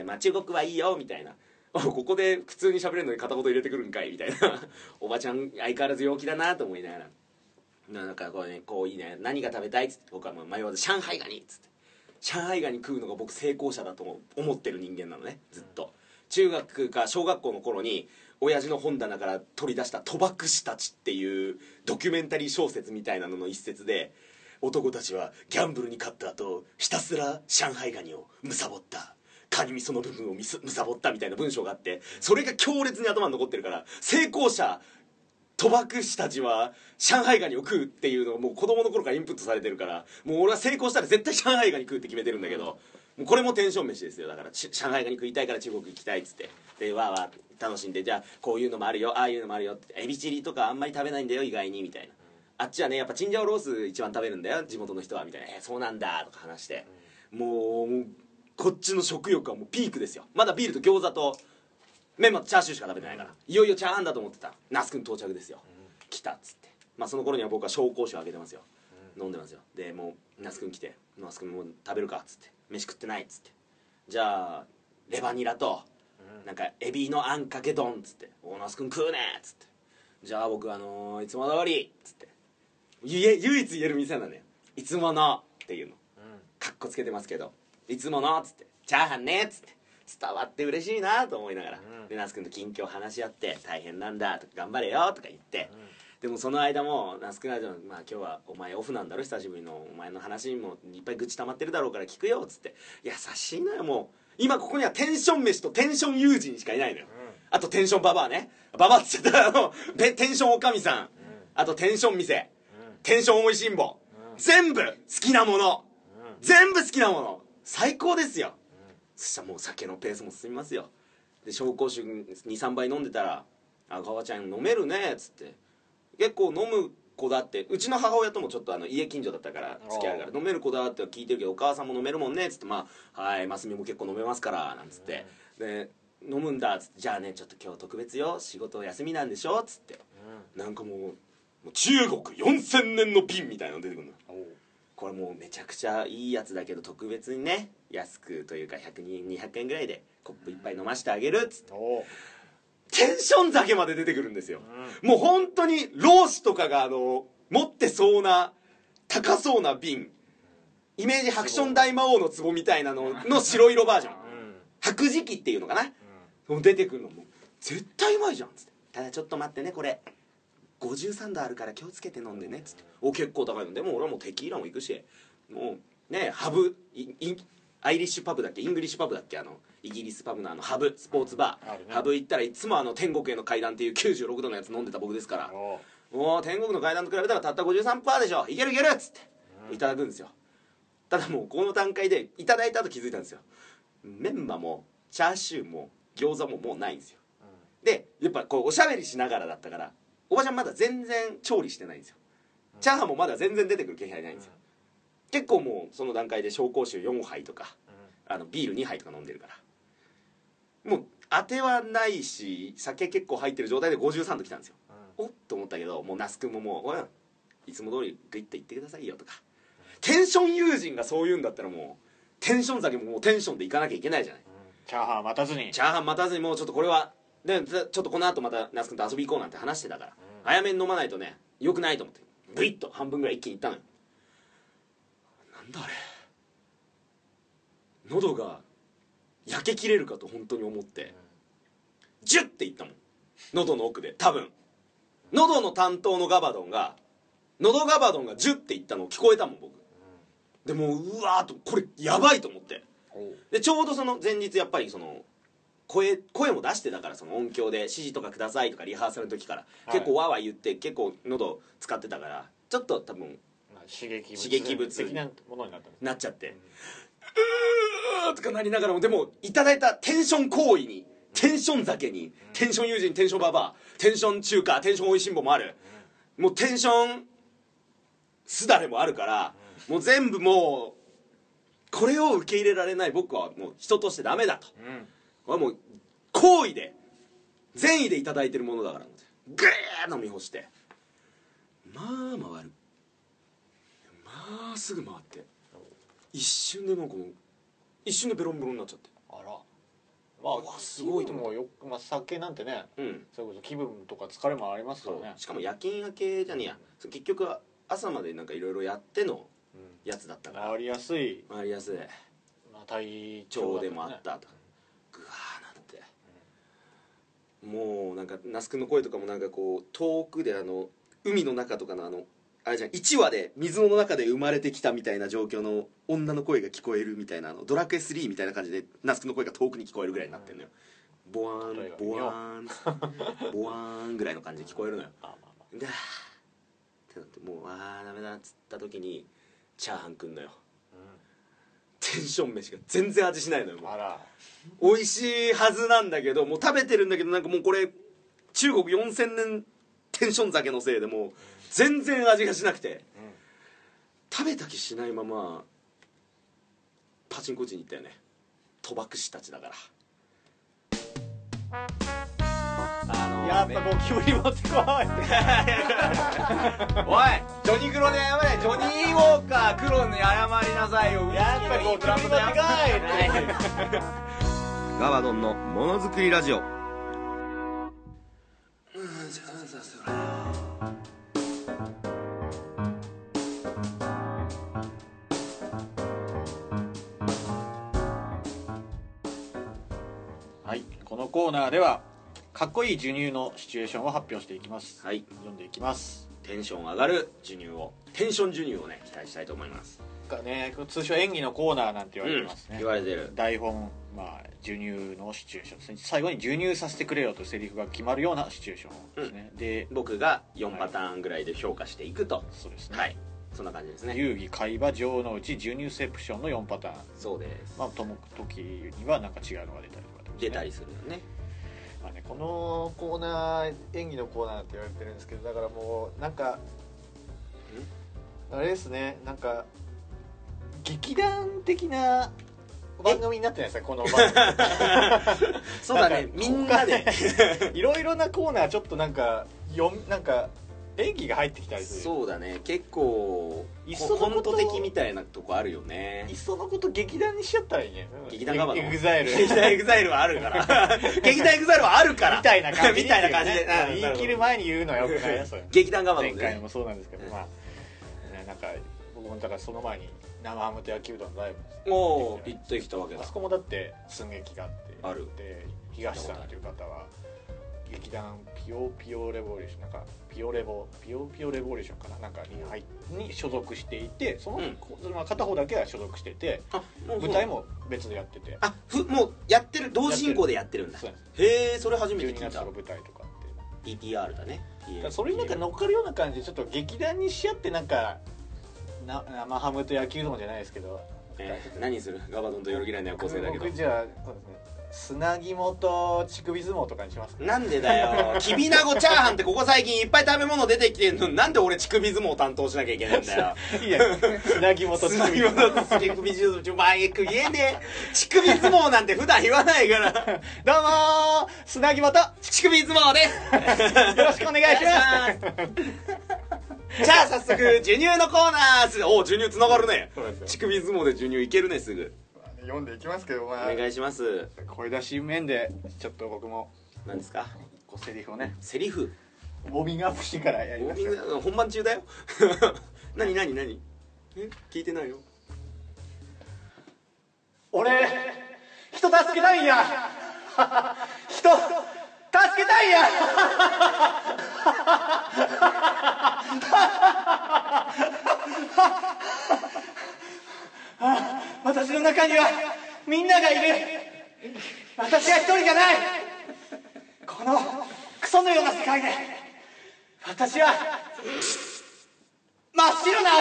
まあ中国はいいよみたいなここで普通に喋れるのに片言入れてくるんかいみたいなおばちゃん相変わらず陽気だなと思いながらなんかこうねこういいね何が食べたいっつって僕は迷わず上海ガニっつって上海ガニ食うのが僕成功者だと思ってる人間なのねずっと中学か小学校の頃に親父の本棚から取り出した賭博師たちっていうドキュメンタリー小説みたいなのの一節で男たちはギャンブルに勝った後ひたすら上海ガニをむさぼったカニ味噌の部分をむさぼったみたいな文章があってそれが強烈に頭に残ってるから成功者賭博師たちは上海ガニを食うっていうのをもう子供の頃からインプットされてるからもう俺は成功したら絶対上海ガニ食うって決めてるんだけどもうこれもテンション飯ですよだから上海ガニ食いたいから中国行きたいっつってでわーわー楽しんでじゃあこういうのもあるよああいうのもあるよってエビチリとかあんまり食べないんだよ意外にみたいなあっちはねやっぱチンジャオロース一番食べるんだよ地元の人はみたいなそうなんだとか話してもうこっちの食欲はもうピークですよまだビールと餃子とメンマとチャーシューしか食べてないからいよいよチャーハンだと思ってた那須くん到着ですよ来たっつってまあその頃には僕は紹興酒をあげてますよ飲んでますよでもう那須くん来て那須くんもう食べるかっつって飯食ってないっつってじゃあレバニラとなんかエビのあんかけ丼っつって那須くん食うねっつってじゃあ僕いつも通りっつって唯一言える店なんだよいつものっていうのかっこつけてますけどいつものっつってチャーハンねっつって伝わって嬉しいなと思いながら、で那須君と近況話し合って大変なんだとか頑張れよとか言って、でもその間も那須君はまあ今日はお前オフなんだろ久しぶりのお前の話にもいっぱい愚痴溜まってるだろうから聞くよっつって優しいのよもう今ここにはテンション飯とテンション友人しかいないのよ、あとテンションババアねババアって言っちゃったテンションおかみさん、あとテンション店、テンションおいしんぼ、全部好きなもの、全部好きなもの最高ですよ、そしたらもう酒のペースも進みますよで紹興酒 2,3 杯飲んでたら「あ川ちゃん飲めるね」っつって結構飲む子だってうちの母親ともちょっと家近所だったから付き合いから飲める子だって聞いてるけどお母さんも飲めるもんねっつってまあはいますみも結構飲めますからなんつってで飲むんだっつってじゃあねちょっと今日特別よ仕事休みなんでしょっつってなんかもう中国4000年の瓶みたいなの出てくるのこれもうめちゃくちゃいいやつだけど特別にね安くというか200円ぐらいでコップ一杯飲ましてあげるっつってテンション酒まで出てくるんですよ、もう本当に老子とかが持ってそうな高そうな瓶イメージハクション大魔王の壺みたいなのの白色バージョン、白磁器っていうのかな、出てくるのも絶対うまいじゃんっつってただちょっと待ってねこれ53度あるから気をつけて飲んでねっつって結構高いのでも俺はもうテキーラも行くしもうねハブアイリッシュパブだっけイングリッシュパブだっけイギリスパブのハブスポーツバー、ハブ行ったらいつも天国への階段っていう96度のやつ飲んでた僕ですからもう天国の階段と比べたらたった 53% でしょいけるいけるっつっていただくんですよただもうこの段階でいただいた後気づいたんですよメンマもチャーシューも餃子ももうないんですよ、でやっぱこうおしゃべりしながらだったからおばちゃんまだ全然調理してないんですよチャーハンもまだ全然出てくる気配ないんですよ結構もうその段階で紹興酒4杯とかビール2杯とか飲んでるからもう当てはないし酒結構入ってる状態で53度来たんですよ、おっと思ったけどもう那須君ももういつも通りグイッと言ってくださいよとかテンション友人がそう言うんだったらもうテンション酒ももうテンションでいかなきゃいけないじゃない、 チャーハン待たずにもうちょっとこれはでちょっとこの後また那須君と遊び行こうなんて話してたから、早めに飲まないとねよくないと思ってグイッと半分ぐらい一気にいったのよなんだあれ喉が焼け切れるかと本当に思ってジュッていったもん喉の奥で多分喉の担当のガバドンが喉ガバドンがジュッていったのを聞こえたもん僕でもうわーっとこれやばいと思ってでちょうどその前日やっぱりその声も出してたからその音響で指示とかくださいとかリハーサルの時から結構わーわー言って結構喉使ってたからちょっと多分刺激物的なものになっちゃって、うーとかなりながらもでもいただいたテンション行為にテンション酒にテンション友人テンションババアテンション中華テンションおいしんぼもあるもうテンションすだれもあるから、もう全部もうこれを受け入れられない僕はもう人としてダメだと、これはもう好意で善意でいただいてるものだからグー飲み干して、まあ回る、まあすぐ回って、一瞬でもうこの一瞬でベロンベロンになっちゃって、 あら、まあすごいと思う。 まあ、酒なんてね、 うん、 それこそ気分とか疲れもありますからね。 しかも夜勤明けじゃねえや、結局は朝までなんかいろいろやってのやつだったから、 回りやすい、 回りやすい、 まあ、体調でもあったと、グワーなんて、もうなんか那須君の声とかもなんかこう遠くで海の中とかのあれじゃん、1話で水の中で生まれてきたみたいな状況の女の声が聞こえるみたいな、ドラクエ3みたいな感じで那須君の声が遠くに聞こえるぐらいになってるのよ。ボワーンボワーンボワーンぐらいの感じで聞こえるのよ。でってなって、もうダメだっつった時にチャーハンくんのよ、テンション飯が全然味しないのよ。もうあら、 美味しいはずなんだけど、もう食べてるんだけど、なんかもうこれ中国4000年テンション酒のせいでもう全然味がしなくて、食べた気しないままパチンコ打ちに行ったよね、賭博師たちだから。 やっぱゴキブリ持ってこいおいジョニークロで謝れ、ジョニーウォーカークロに謝りなさいよ。 やっぱゴキブリ持ってこいガバドンのものづくりラジオ。 はい、このコーナーではかっこいい授乳のシチュエーションを発表していきます。 はい、 読んでいきます。 テンション上がる授乳を、テンション授乳をね期待したいと思います。 ね、通称演技のコーナーなんて言われてますね、 言われてる。 台本、授乳のシチュエーションですね。最後に授乳させてくれよとセリフが決まるようなシチュエーションですね、で僕が4パターンぐらいで評価していくと、 そうですね、 はい、そんな感じですね。 遊戯会話情のうち授乳セプションの4パターン。 そうです。 時にはなんか違うのが出たりとか、 出たりするよね。 このコーナー演技のコーナーって言われてるんですけど、だからもうなんかあれですね、なんか劇団的な番組になってないですかこの番組そうだね、みんなでいろいろなコーナーちょっとなんか演技が入ってきたりする。 そうだね、結構コント的みたいなとこあるよね。 いっそのこと劇団にしちゃったらいいね。 劇団ガバのエグザイルはあるから劇団エグザイルはあるからみたいな感じみたいな感じで、 言い切る前に言うのはよくないなそれ。 劇団ガバの前回もそうなんですけど、なんか僕もだからその前に生ハムと野球部のライブもう行ってきたわけだ。 あそこもだって寸劇があって、 ある。 で東さんという方は劇団ピヨピヨレボリューション、なんかピヨレボリューションかな、なんかに所属していて、その片方だけは所属してて、舞台も別でやってて、 もうやってる、同時進行でやってるんだ。へえ、それ初めて聞いた。 12月の舞台とかって PTR だね。 それになんか乗っかるような感じでちょっと劇団にしちゃって、なんか生ハムと野球丼じゃないですけど、 何する？ガバドンと夜嫌いの夜行性だけど。 僕じゃあそうですね、砂肝と乳首相撲とかにしますか。 なんでだよきびなごチャーハンってここ最近いっぱい食べ物出てきてんのに、なんで俺乳首相撲担当しなきゃいけないんだよいや砂肝と乳首相撲前言えねえ、乳首相撲なんて普段言わないからどうもー、砂肝と乳首相撲ですよろしくお願いしますじゃあ早速授乳のコーナー。お、授乳つながるね。 そうですよ、 乳首相撲で授乳いけるね、すぐ。 読んでいきますけど、 お願いします。 声出し面でちょっと僕も何ですか、 セリフをね、 セリフウォーミングアップしてからやります。 本番中だよ何聞いてないよ。 俺人助けたいんや人助けたいんや私の中にはみんながいる。私は一人じゃない。このクソのような世界で私は真っ白な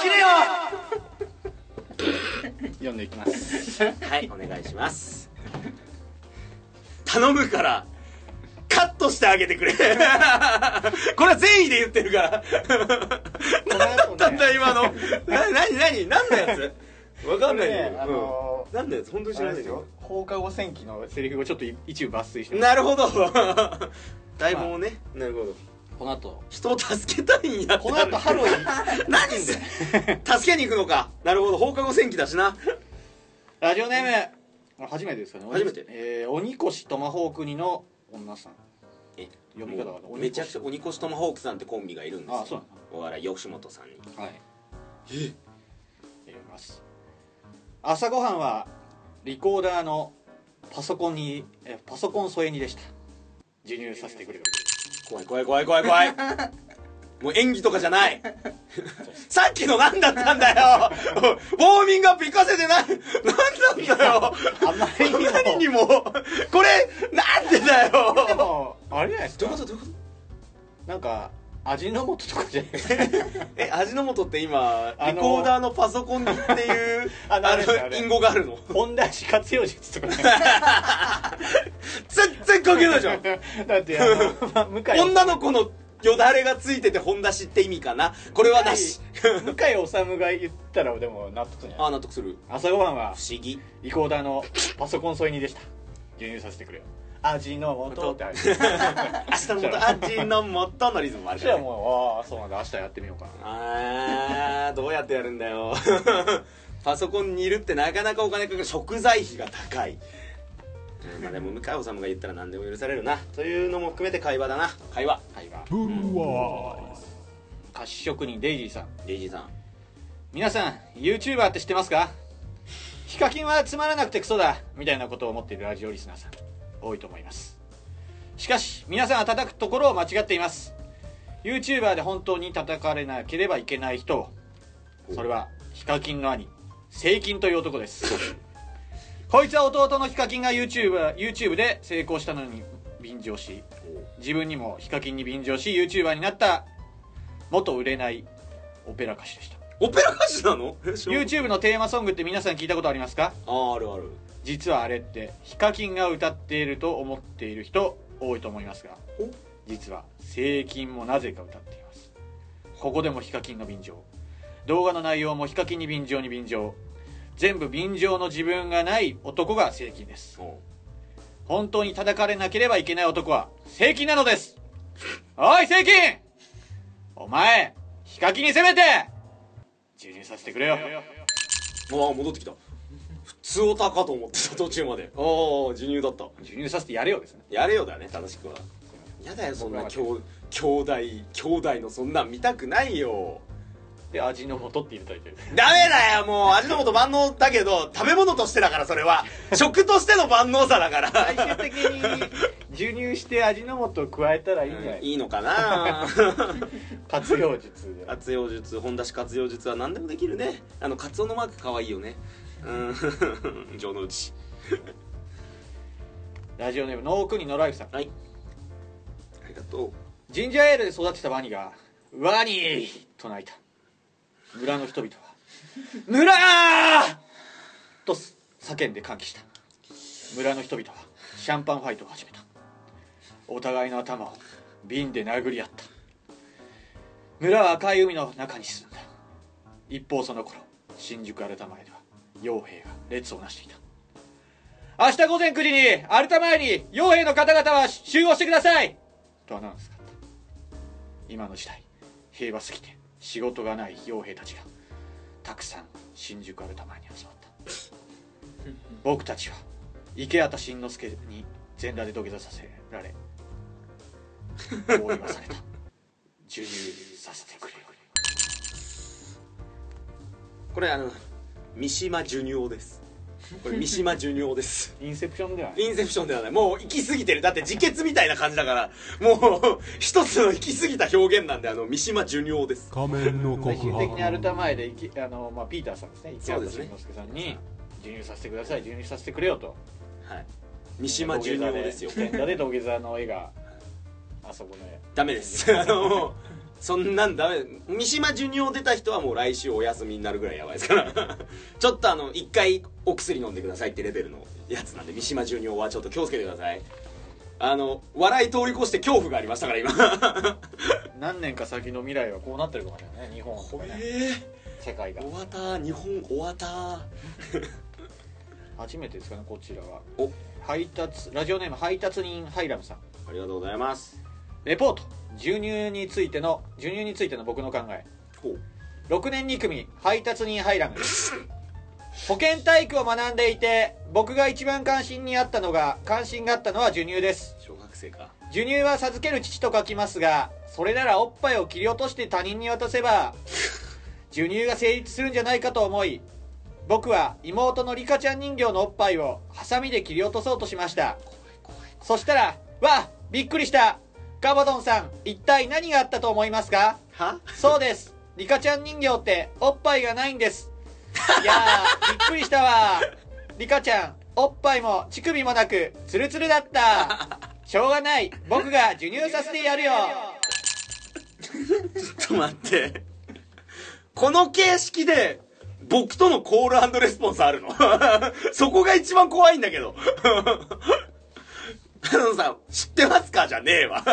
明日を生きるよ読んでいきますはい、お願いします。頼むからカットしてあげてくれこれは善意で言ってるからなんだ今の何のやつわかんないね。なんだよ、本当に知らないよ。 放課後戦記のセリフをちょっと一部抜粋してます。 なるほど。台本をね、なるほど。 この後人を助けたいんやって。 この後ハロウィン何で助けに行くのか。なるほど、放課後戦記だしな。 ラジオネーム初めてですかね。 初めて。 鬼越トマホークにの女さん。読み方がめちゃくちゃ鬼越トマホークさんってコンビがいるんですよ。 あ、そうなの。 お笑い吉本さんに。 はい。読みます。朝ごはんはリコーダーのパソコン添えにでした。授乳させてくれる。 怖いもう演技とかじゃないさっきの何だったんだよウォーミングアップ行かせてない何なんだよあまりにも何にもこれなんでだよでもあれじゃないですか。 どういうことなんか味の素とかじゃないですか。 味の素って今リコーダーのパソコンにっていうあれ隠語があるの。 本田氏活用術とかね全然関係ないじゃんだって向井女の子のよだれがついてて本出しって意味かな。これはなし向井理が言ったらでも納得じゃない。 あ、納得する。 朝ごはんは不思議リコーダーのパソコン添えにでした。授乳させてくれよ。味の素ってある明日の素味の素のリズムもあるじゃあもう、ああそうなんだ、明日やってみようかな。 どうやってやるんだよパソコンにいるってなかなかお金かかる。食材費が高い。まあでも向井理が言ったら何でも許されるなというのも含めて会話だな。会話菓子職人デイジーさん、 皆さん YouTuber って知ってますか？ヒカキンはつまらなくてクソだみたいなことを思っているラジオリスナーさん多いと思います。しかし皆さんは叩くところを間違っています。 YouTuber で本当に叩かれなければいけない人、それはヒカキンの兄セイキンという男ですこいつは弟のヒカキンが YouTube で成功したのに便乗し、自分にもヒカキンに便乗し YouTuber になった元売れないオペラ歌手でした。 オペラ歌手なの？ YouTube のテーマソングって皆さん聞いたことありますか？ ある。 実はあれってヒカキンが歌っていると思っている人多いと思いますが、実はセイキンもなぜか歌っています。ここでもヒカキンの便乗、動画の内容もヒカキンに便乗に便乗、全部便乗の自分がない男がセイキンです。本当に叩かれなければいけない男はセイキンなのです。おいセイキン、お前ヒカキンに攻めて授乳させてくれよ。 戻ってきた。普通オタかと思ってた途中まで。授乳だった。 授乳させてやれよですね。 やれよだね、正しくは。やだよそんな兄弟のそんなん見たくないよ。 で味の素って入れといてダメだよもう。味の素万能だけど食べ物としてだから、それは食としての万能さだから最終的に授乳して味の素を加えたらいいんじゃない、 いいのかな活用術で。 活用術、本出し活用術は何でもできるね。カツオのマークかわいいよね。城之内ラジオネームノークニノライフさん。 はい、ありがとう。 ジンジャーエールで育てたワニがワニーと鳴いた。村の人々は村ーと叫んで歓喜した。村の人々はシャンパンファイトを始めた。お互いの頭を瓶で殴り合った。村は赤い海の中に沈んだ。一方その頃新宿アルタ前では傭兵が列をなしていた。明日午前9時にアルタ前に傭兵の方々は集合してくださいとアナウンスがあった。今の時代平和すぎて仕事がない傭兵たちがたくさん新宿アルタ前に集まった僕たちは池畑慎之介に全裸で土下座させられこう言わされた。授乳させてくれ。 これ三島ジュニオです。これ三島ジュニオです。 インセプションではない。 インセプションではない。もう行き過ぎてる。だって自決みたいな感じだから、もう一つの行き過ぎた表現なんで、三島ジュニオです。 仮面の告最終的にア白。 ルタ前でピーターさんですね、池畑慎之介さんに授乳させてください、授乳させてくれよと。 はい。三島ジュニオですよ。 全裸で土下座の絵があそこね。 ダメです。そんなんダメ。三島ジュニオ出た人はもう来週お休みになるぐらいやばいですからちょっと一回お薬飲んでくださいってレベルのやつなんで、三島ジュニオはちょっと気をつけてください。 笑い通り越して恐怖がありましたから今何年か先の未来はこうなってるかもしれないね、日本とかね、世界が。 終わった日本終わった初めてですかね、こちらは。 お、 ラジオネーム配達人ハイラムさん。 ありがとうございます。 レポート、授乳についての僕の考え。 ほう。 6年2組配達人ハイラム保健体育を学んでいて、僕が一番関心があったのは授乳です。 小学生か。 授乳は授ける父と書きますが、それならおっぱいを切り落として他人に渡せば授乳が成立するんじゃないかと思い、僕は妹のリカちゃん人形のおっぱいをハサミで切り落とそうとしました。そしたら、わ、びっくりした。ガバドンさん、一体何があったと思いますか？ は？ そうです、リカちゃん人形っておっぱいがないんです。いやー、びっくりしたわ。リカちゃん、おっぱいも乳首もなくツルツルだった。しょうがない、僕が授乳させてやるよ。 ちょっと待って、この形式で僕とのコール&レスポンスあるのそこが一番怖いんだけどさ、知ってますかじゃねえわ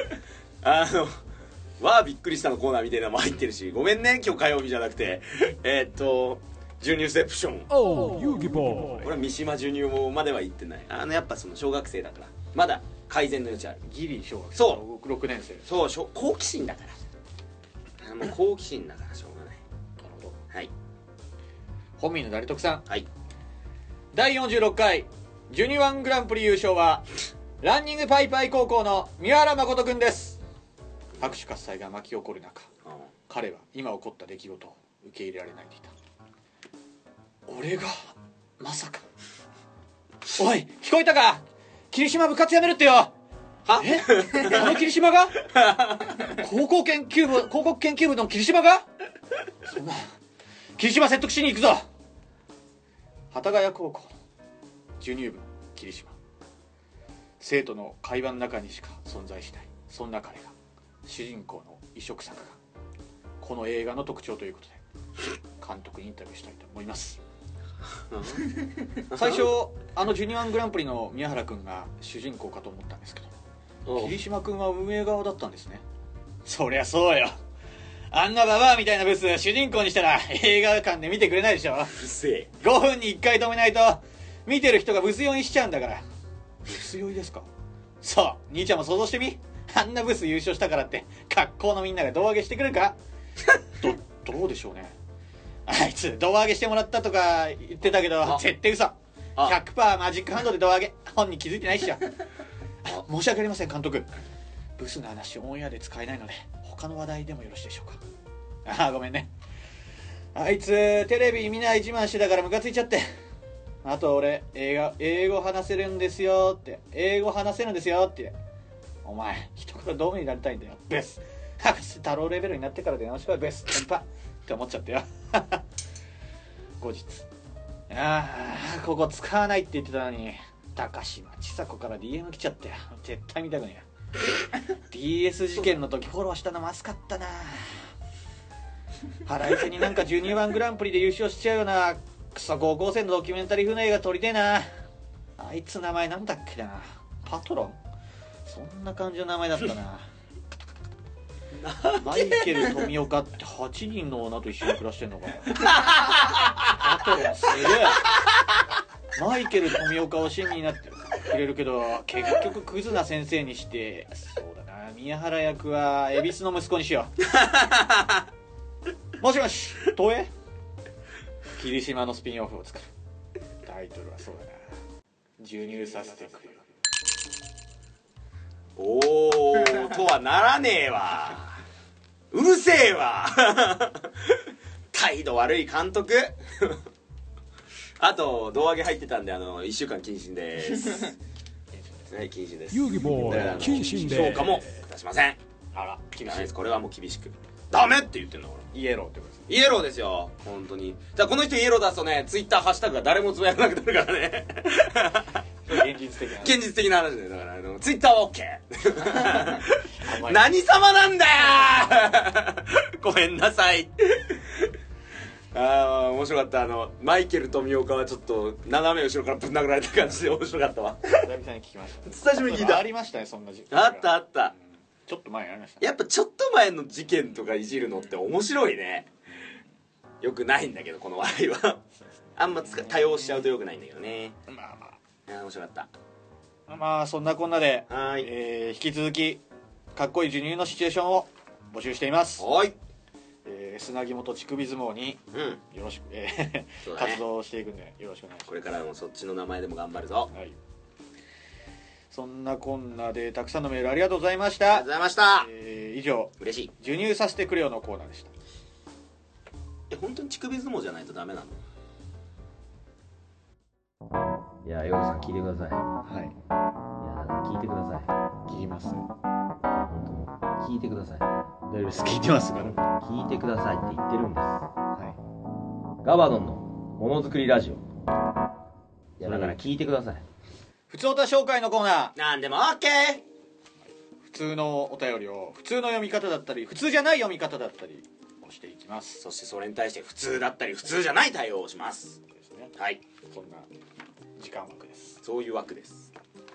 わあびっくりしたのコーナーみたいなのも入ってるし、ごめんね今日火曜日じゃなくて授乳セプション。 おう、遊戯ボーイ。 これは三島授乳までは行ってない。やっぱその小学生だからまだ改善の余地ある。 ギリ小学生。 そ 6年生。 そう好奇心だからもう好奇心だからしょうがない。 なるほど。 はい。 本民のダリトクさん。 はい。 第46回ジュニワングランプリ優勝はランニングパイパイ高校の三原誠くんです。拍手喝采が巻き起こる中、彼は今起こった出来事を受け入れられないでいた。俺がまさか。おい、聞こえたか？霧島部活やめるってよ。 は？ え？あの霧島が？高校研究部の霧島が？そんな、霧島説得しに行くぞ。幡ヶ谷高校の授乳部の霧島、生徒の会話の中にしか存在しない、そんな彼が主人公の異色作がこの映画の特徴ということで監督にインタビューしたいと思います最初ジュニワングランプリの宮原くんが主人公かと思ったんですけど、霧島くんは運営側だったんですね。そりゃそうよ、あんなババアみたいなブス主人公にしたら映画館で見てくれないでしょ。 うっせえ。 5分に1回止めないと見てる人がブス酔いしちゃうんだから。ブス酔いですか？そう、兄ちゃんも想像してみ。あんなブス優勝したからって学校のみんなが胴上げしてくるかどうでしょうね。あいつ胴上げしてもらったとか言ってたけど絶対嘘。100% マジックハンドで胴上げ、本人気づいてないっしょ。申し訳ありません監督、ブスの話オンエアで使えないので他の話題でもよろしいでしょうか。ごめんね。あいつテレビ見ない自慢してたからムカついちゃって。あと俺英語話せるんですよって。お前一言どうになりたいんだよベス。博士太郎レベルになってから電話しろよベステンパって思っちゃったよ後日、ここ使わないって言ってたのに高島千佐子から DM 来ちゃったよ。絶対見たくねえよDS 事件の時フォローしたのまずかったな。腹いせになんかジュニア1グランプリで優勝しちゃうようなクソ高校生のドキュメンタリー風の映画撮りてえな。あいつ名前なんだっけな、パトロン、そんな感じの名前だったなマイケル富岡って8人の女と一緒に暮らしてんのかなパトロンすげえ。マイケル富岡を親身になってくれるけど結局クズな先生にして、そうだな、宮原役は恵比寿の息子にしようもしもし東映、霧島のスピンオフを作る。タイトルはそうだな、授乳させてくれよ。 おーとはならねえわ。うるせえわ態度悪い監督あと胴上げ入ってたんで1週間謹慎ですはい、謹慎です。 遊戯ボーイ謹慎で評価もいたしません。 あら厳しいです。 これはもう厳しくダメって言ってんだから。 イエローってことですね。 イエローですよ本当に。だからこの人イエロー出すとね、ツイッターハッシュタグが誰もつぶやかなくなるからね現実的な話で、だからツイッターは OK 何様なんだよごめんなさいああ面白かった。マイケル富岡はちょっと斜め後ろからぶん殴られた感じで面白かったわ。 久々に聞きました。 久しぶりに聞いた。 ありましたね、そんな時期。 あったあった。 ちょっと前にありましたね。 やっぱちょっと前の事件とかいじるのって面白いね。よくないんだけどこの笑いはあんま多用しちゃうとよくないんだけどね。 まあま面白かった。 あまあそんなこんなで、 はい引き続きかっこいい授乳のシチュエーションを募集しています。 はい。 砂肝と乳首相撲にうん。 よろしく、 そうだね活動していくんでよろしくお願いします。 これからもそっちの名前でも頑張るぞ。 はい、そんなこんなでたくさんのメールありがとうございましありがとうた。 ございました。 以上嬉しい。 授乳させてくれよのコーナーでした。 本当に乳首相撲じゃないとダメなの？ いや、ヨウさん聞いてください。いはい、 や、だから聞いてください。 聞きます。 本当、聞いてください。 大丈夫です、聞いてますから。 聞いてくださいって言ってるんです。 はガバドンのものづくりラジオ。いや、だから聞いてください。 い、普通歌紹介のコーナー。 なんでも OK。 普通のお便りを普通の読み方だったり普通じゃない読み方だったりをしていきます。 そしてそれに対して普通だったり普通じゃない対応をします。 ですね。 はい。 そんな時間枠です。 そういう枠です。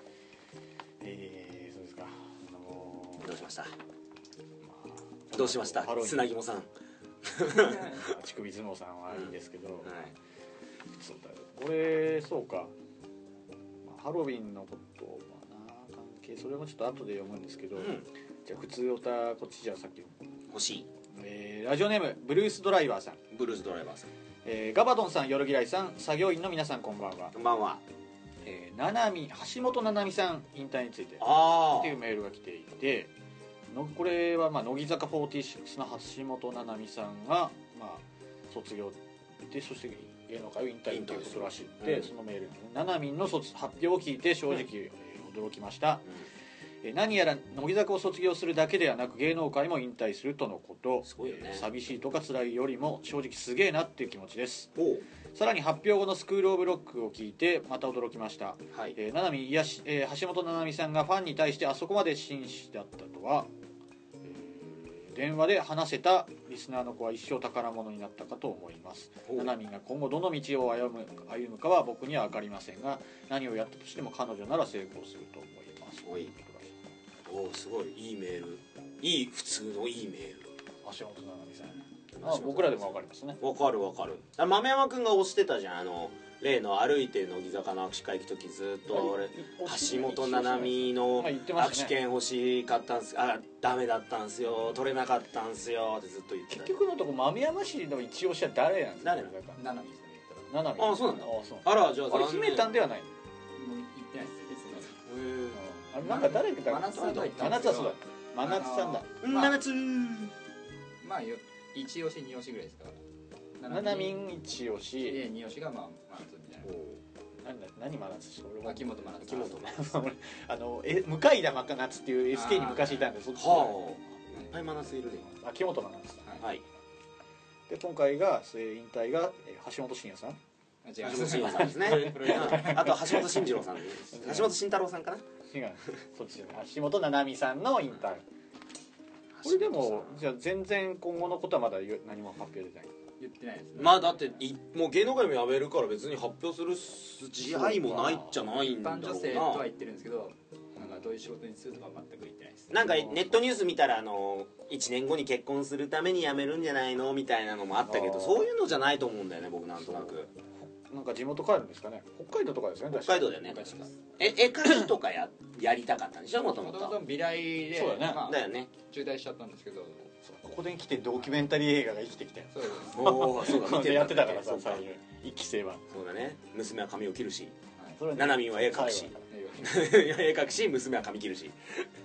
そうですか。 どうしました？どうしましたハロウィン砂肝さん。 乳首相撲さんはいいんですけど、 はい。 そうだよこれそうか、ハロウィンのこと関係それもちょっと後で読むんですけど、じゃあ普通おたこっちじゃあさっきの、 欲しい。 ラジオネームブルースドライバーさん、 ブルースドライバーさん。 ガバドンさん、夜嫌いさん、作業員の皆さんこんばんは。 こんばんは。 橋本七海さん引退についてあっていうメールが来ていて、これは乃木坂46の橋本七海さんが、卒業でそして芸能界を引退ということらしくて、そのメール七海の発表を聞いて正直、驚きました。何やら乃木坂を卒業するだけではなく芸能界も引退するとのこと。 すごいよね。 寂しいとか辛いよりも正直すげえなっていう気持ちです。 おう。 さらに発表後のスクールオブロックを聞いてまた驚きました。 はい。 七海橋本七海さんがファンに対してあそこまで真摯だったとは、電話で話せたリスナーの子は一生宝物になったかと思います。七海が今後どの道を歩むかは僕には分かりませんが、何をやったとしても彼女なら成功すると思います。 おい。おお、すごいいいメール。いい、普通のいいメール。 橋本七海さん、僕らでも分かりますね。 わかるわかる。豆山くんが推してたじゃん。例の歩いて乃木坂の握手会行く時ずっと俺橋本七海の握手券欲しかったんす、ダメだったんすよ、取れなかったんすよってずっと言ってた。 結局のとこ豆山市の一押しは誰なんですか？ 誰なの？ 七海ですね。七海。 あ、そうなんだ。 そう。 あら、じゃああれ姫たんではない。 もう行ってないです。 あれなんか誰か真夏さんとは行った真夏はそうだ。真夏さんだ。 真夏。 まあ一押し二押しぐらいですから。 七海一押し。 で二押しが真夏みたいな。 何真夏？ 秋元真夏。 秋元真夏。向田真夏っていう SK に昔いたんで、そっち。 はあ。いっぱい真夏いるね。 秋元真夏。 はい。 で今回が引退が橋本真也さん。 橋本真也さんですね。あと橋本慎二郎さん、橋本慎太郎さんかな。 違う。そっちじゃない。橋本七海さんの引退。これでもじゃあ全然今後のことはまだ何も発表できない。 言ってないですね。 まあだってもう芸能界も辞めるから別に発表する自愛もないじゃないんだろうな。 一般女性とは言ってるんですけど、なんかどういう仕事にするとかは全く言ってないです。 なんかネットニュース見たら1年後に結婚するために辞めるんじゃないのみたいなのもあったけど、そういうのじゃないと思うんだよね、僕なんとなく。 なんか地元帰るんですかね。北海道とかですね。 北海道だよね、確か。絵描きとかやりたかったんでしょ、もともと。 美大でそうだね。 だよね。 中退しちゃったんですけど、 ここで来てドキュメンタリー映画が生きてきたよ。 そうです。 おお、そうだ、見てやってたからさ、 そうか。 一期生は。 そうだね。娘は髪を切るし、 それななみんは絵描くし、絵描くし、娘は髪切るし。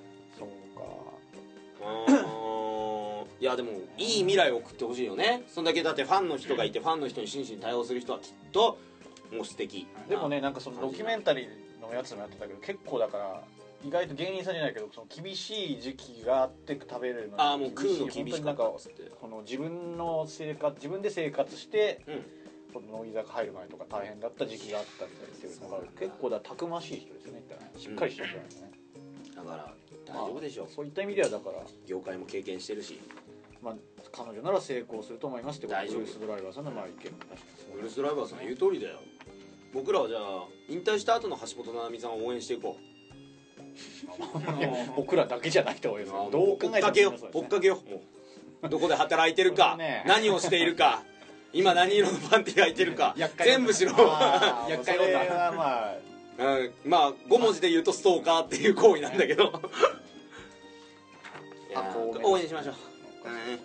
そうか。 いやでもいい未来を送ってほしいよね。そんだけだってファンの人がいて、ファンの人に真摯に対応する人はきっともう素敵。 でもね、なんかそのドキュメンタリーのやつもやってたけど、結構だから意外と芸人さんじゃないけど、その厳しい時期があって食べれるのに、 もう食うの厳しかったっつって、 この自分で生活して、 うん、 この乃木坂入る前とか大変だった時期があったりっていうのが結構たくましい人ですよね。しっかりしてるんですね。 だから大丈夫でしょう。 そういった意味ではだから業界も経験してるし。 まあ、彼女なら成功すると思いますってことで大丈夫ブルースドライバーさんのまあ意見も出してますブルースドライバーさん言う通りだよ。僕らはじゃあ引退した後の橋本奈々美さんを応援していこいや僕らだけじゃないと思いますう。 よどう考えても追っかけよそうですね追っかけよもうどこで働いてるか、 これね何をしているか、今何色のパンティ履いてるか厄介全部しろ。 あー厄介それ女。 はまあうんまあ5文字で言うとストーカーっていう行為なんだけどいや箱を応援しましょう。 ね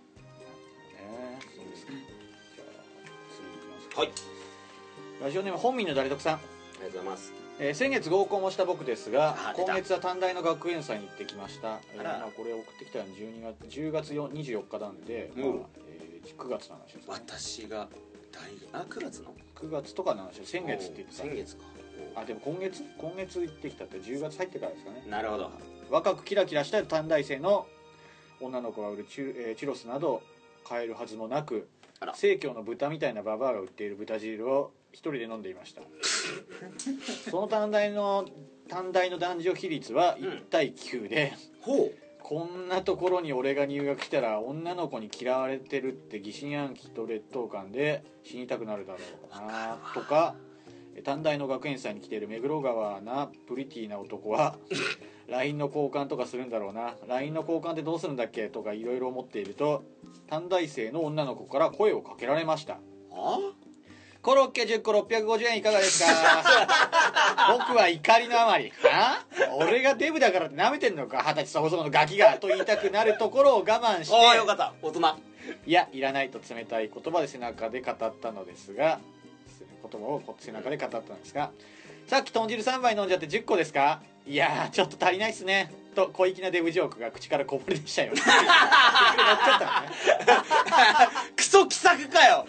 そうですねじゃあ次いきますかはい、 ラジオネーム本民の誰得さん、 ありがとうございます。 先月合コンをした僕ですがあ出た今月は短大の学園祭に行ってきました、 あらまあ、これ送ってきたの10月24日なんで、 うんまあ9月の話ですね私が9月の 9月とかの話を先月って言ってた先月か。 あでも今月行ってきたって10月入ってからですかねなるほど。 若くキラキラした短大生の女の子が売るチュロスなど買えるはずもなくあら生協の豚みたいなババアが売っている豚汁を一人で飲んでいましたその短大の男女比率は1対9で、 ほうこんなところに俺が入学したら女の子に嫌われてるって疑心暗鬼と劣等感で死にたくなるだろうなとか短大の学園祭に来ている目黒川なプリティな男はLINE の交換とかするんだろうな LINE の交換ってどうするんだっけとかいろいろ思っていると短大生の女の子から声をかけられました。 あコロッケ10個650円いかがですか僕は怒りのあまり俺がデブだからって舐めてんのか20歳そこそこのガキがと言いたくなるところを我慢してああよかった大人。 いやいらないと冷たい言葉で背中で語ったのですが言葉を背中で語ったんですがさっき豚汁3杯飲んじゃって10個ですかいやーちょっと足りないっすねと小粋なデブジョークが口からこぼれでしたよ口に乗っちゃったのねクソ気さくかよ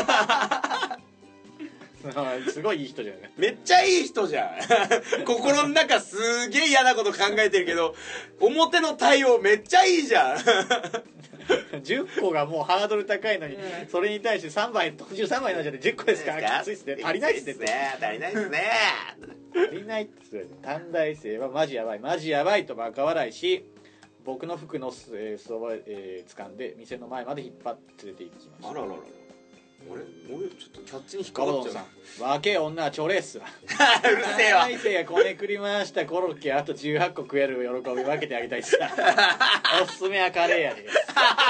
すごいいい人じゃないめっちゃいい人じゃん心の中すげえ嫌なこと考えてるけど表の対応めっちゃいいじゃん 10個がもうハードル高いのにそれに対して3杯豚汁3杯飲んじゃって10個ですかきついっすね足りないっすね足りないっすね足りないっつ短大生はマジやばいマジやばいとバカ笑いし僕の服の裾を掴んで店の前まで引っ張って連れて行きました。 あららら俺ちょっとキャッチに引っガかかっちゃバドンさうん若え女はチョレーっすわうるせえわ短大生がこねくり回したコロッケあと18個食える喜び分けてあげたいっすわおすすめはカレー屋です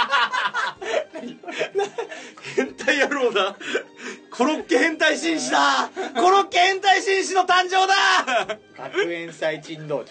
変態野郎だコロッケ変態紳士だコロッケ変態紳士の誕生だ学園祭珍道中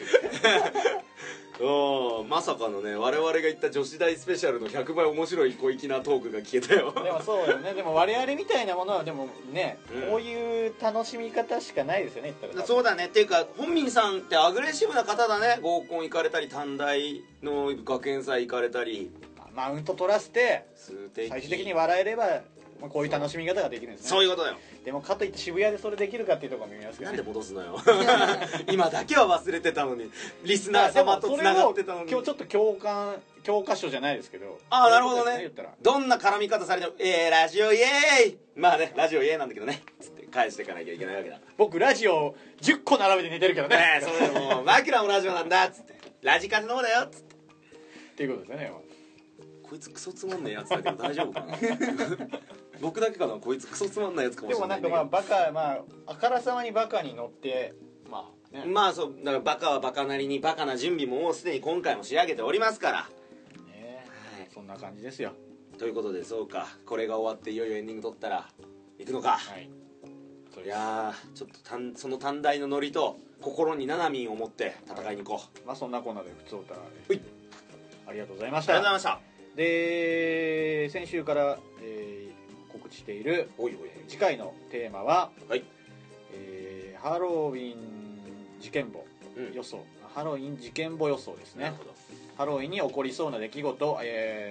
まさかのね我々が言った女子大スペシャルの100倍面白い小粋なトークが聞けたよでもそうよねでも我々みたいなものはでもね、 うんこういう楽しみ方しかないですよね言ったらそうだねっていうか本民さんってアグレッシブな方だね合コン行かれたり短大の学園祭行かれたりマウント取らせて素敵最終的に笑えればまあこういう楽しみ方ができるんですねそういうことだよでもかといって渋谷でそれできるかっていうところも見ますけどなんねで戻すのよ今だけは忘れてたのにリスナー様とつながってたのに今日ちょっと教科書じゃないですけどああなるほどねそういうことです言ったらどんな絡み方されてもラジオイエーイまあねラジオイエーイなんだけどねつって返していかなきゃいけないわけだ僕ラジオ10個並べて寝てるけどねそれでもう枕もラジオなんだっつってラジカセの方だよっつってっていうことですよねこいつクソつまんないやつだけど大丈夫かな僕だけかなこいつクソつまんないやつかもでもしれなだけどないんかまあバカまああからさまにバカに乗ってまあねまあそうだからバカはバカなりにバカな準備ももうすでに今回も仕上げておりますからねはいそんな感じですよということでそうかこれが終わっていよいよエンディング撮ったら行くのか、 はいいやーちょっとその短大のノリと心にナナミンを持って戦いに行こう、 まあそんなコーナーで普通歌ほいありがとうございましありがとうございたましたで先週から、告知しているおいおい次回のテーマは、 はいハロウィン事件簿うん予想、ハロウィン事件簿予想ですねなるほどハロウィンに起こりそうな出来事、この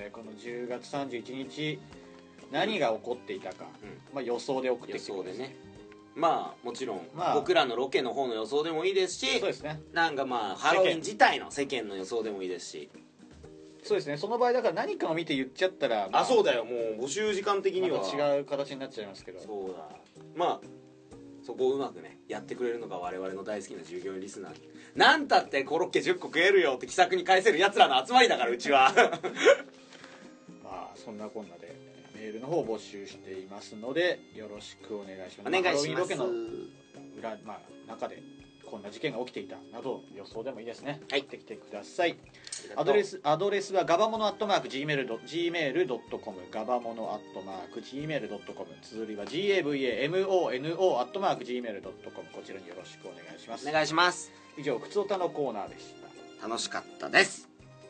10月31日何が起こっていたか、まあ、予想で送って予きてください想でねまあもちろん、 まあ僕らのロケの方の予想でもいいですしそうですねなんかまあハロウィン自体の世間の予想でもいいですしそうですねその場合だから何かを見て言っちゃったら、 あそうだよもう募集時間的にはまた違う形になっちゃいますけどそうだまあそこをうまくねやってくれるのが我々の大好きな従業員リスナーなんたってコロッケ10個食えるよって気さくに返せるやつらの集まりだからうちはそんなこんなでメールの方を募集していますのでよろしくお願いします。 お願いします。 ハロウィンロケの裏、中でこんな事件が起きていたなど予想でもいいですね。 はい、 送ってきてください。アドレスはガバモノ@gmail.com ガバモノ@gmail.com 綴りは GAVAMONO@gmail.com こちらによろしくお願いします。 お願いします。 以上ふつおたのコーナーでした。 楽しかったです。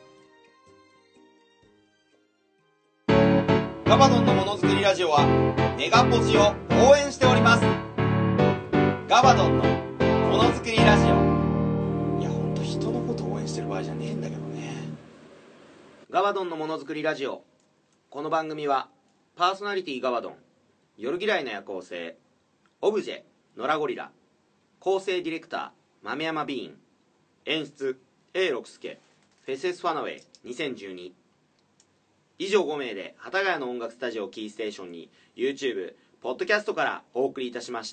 ガバドンのものづくりラジオはネガポジを応援しております。ガバドンのものづくりラジオ。いやほんと人のこと応援してる場合じゃねえんだけどね。ガバドンのものづくりラジオ。この番組はパーソナリティガバドン、夜嫌いの夜行性、オブジェノラゴリラ、構成ディレクター豆山ビーン、演出 A 六輔、フェセスファナウェイ2012以上5名で幡ヶ谷の音楽スタジオキーステーションに YouTube、ポッドキャストからお送りいたしました。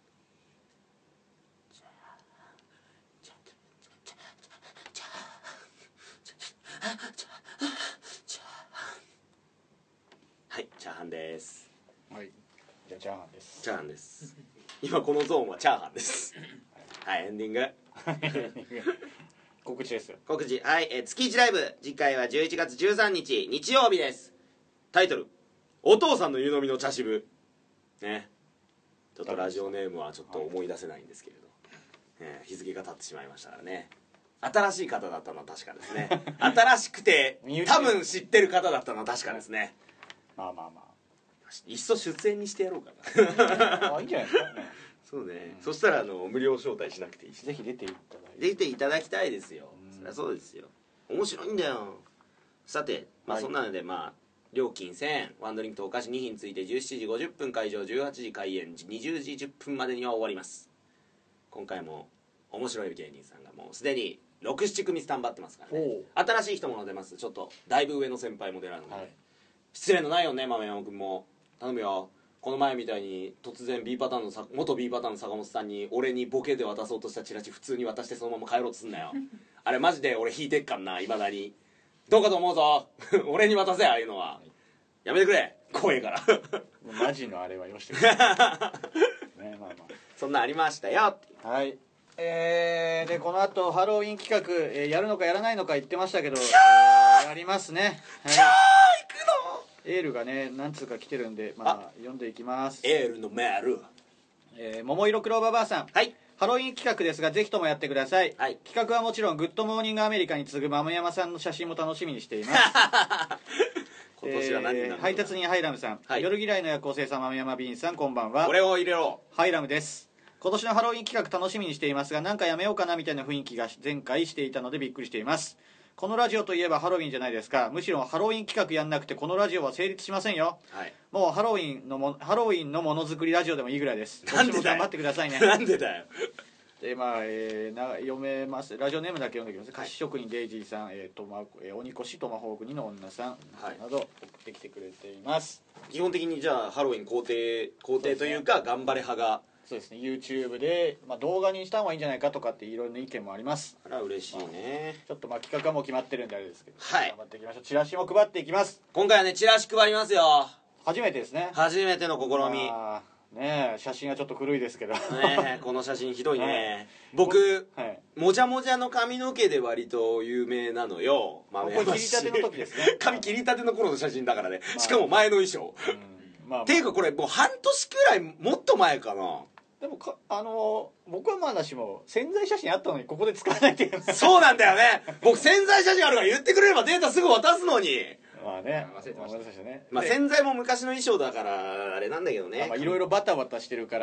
はい、チャーハンです。 はい、じゃあチャーハンです。 チャーハンです。今このゾーンはチャーハンです。はい、エンディング。 告知ですよ。 告知、はい、月1ライブ、次回は11月13日日曜日です。タイトル、お父さんの湯飲みの茶渋ね。ちょっとラジオネームはちょっと思い出せないんですけれど、日付が経ってしまいましたからね。新しい方だったのは確かですね。新しくて多分知ってる方だったのは確かですね。 まあいっそ出演にしてやろうかな。 いいんじゃないですかね。 そうね、そしたら無料招待しなくていいし、 ぜひ出ていただいて。 出ていただきたいですよ。そりゃそうですよ。面白いんだよ。さて、そんなので料金1000円、ワンドリンクとお菓子2品ついて17時50分会場、18時開演、20時10分までには終わります。今回も面白い芸人さんがもうすでに6、7組スタンバってますからね。新しい人も出ます。ちょっとだいぶ上の先輩も出られるので、失礼のないよね、豆山君も頼むよ。この前みたいに突然 B パターンの元 B パターンの坂本さんに俺にボケで渡そうとしたチラシ普通に渡してそのまま帰ろうとすんなよ。あれマジで俺引いてっかんな、未だに。どうかと思うぞ。俺に渡せ、ああいうのはやめてくれ、怖いから。 マジのあれはよしてくれ。ね、 そんなありましたよ。 はい。でこの後ハロウィン企画、やるのかやらないのか言ってましたけど、やりますね。はい、行くの？エールがね何通か来てるんで、読んでいきます。 エールのメール。 桃色クローバーばあさん、 はい、 ハロウィン企画ですがぜひともやってください、 はい、 企画はもちろんグッドモーニングアメリカに次ぐ豆山さんの写真も楽しみにしています。 今年は何になるのかな。 配達人ハイラムさん、はい、夜嫌いの夜行性さん、豆山ビーンさん、こんばんは。 俺を入れろ。 ハイラムです。今年のハロウィン企画楽しみにしていますが、なんかやめようかなみたいな雰囲気が前回していたのでびっくりしています。このラジオといえばハロウィンじゃないですか。むしろハロウィン企画やんなくてこのラジオは成立しませんよ、はい、もうハロウィンのものづくりラジオでもいいぐらいです。 なんでだよ、 頑張ってくださいね。 なんでだよ。 で読めます。ラジオネームだけ読んできます。菓子職人デイジーさん、鬼越トマホーク2の女さんなど送ってきてくれています。 基本的にじゃあハロウィン肯定というか頑張れ派が。 そうですね、 YouTube で、動画にした方がいいんじゃないかとかっていろいろな意見もあります。 あら嬉しいね、 ちょっと企画はもう決まってるんであれですけど、 はい、 頑張っていきましょう。チラシも配っていきます。 今回はねチラシ配りますよ。 初めてですね。 初めての試みねえ、写真はちょっと古いですけどね、この写真ひどいね、僕、もじゃもじゃの髪の毛で割と有名なのよ。 これ切りたての時ですね。 髪切りたての頃の写真だからね、しかも前の衣装、っていうかこれもう半年くらいもっと前かな。 でも僕は私も宣材写真あったのにここで使わないっていう。 そうなんだよね、僕宣材写真あるから言ってくれればデータすぐ渡すのに。 忘れてましたね。 洗剤も昔の衣装だからあれなんだけどね、 いろいろバタバタしてるから、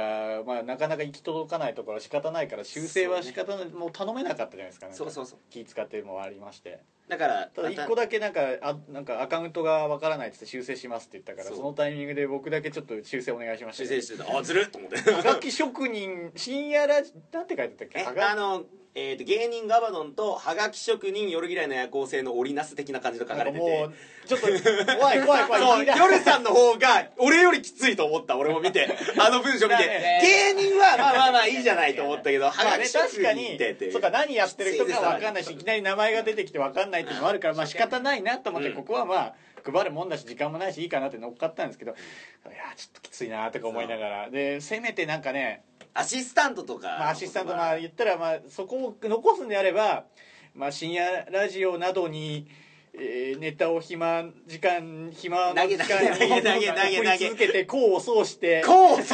なかなか行き届かないところは仕方ないから修正は仕方ない、もう頼めなかったじゃないですかね。 そう気使ってもありまして、 だからただ1個だけなんかアカウントがわからないって修正しますって言ったから、そのタイミングで僕だけちょっと修正お願いしました。 修正してた、ずるっと思ってはがき職人深夜ラジなんて書いてたっけ。 芸人ガバドンとはがき職人夜嫌いの夜行性の織りなす的な感じの書かれてて、 もうちょっと怖いそう夜さんの方が俺よりきついと思った。俺も見てあの文章見て、芸人はまあいいじゃないと思ったけど、はがき職人ってそうか、何やってる人か分かんないし、いきなり名前が出てきて分かんないっていうのもあるから、仕方ないなと思って、ここは配るもんだし時間もないしいいかなって乗っかったんですけど、いやちょっときついなとか思いながら、でせめてなんかねアシスタントとか、 まあ、アシスタント言ったらそこを残すんであれば、深夜ラジオなどに、ネタを暇の時間に送り続けて功を奏して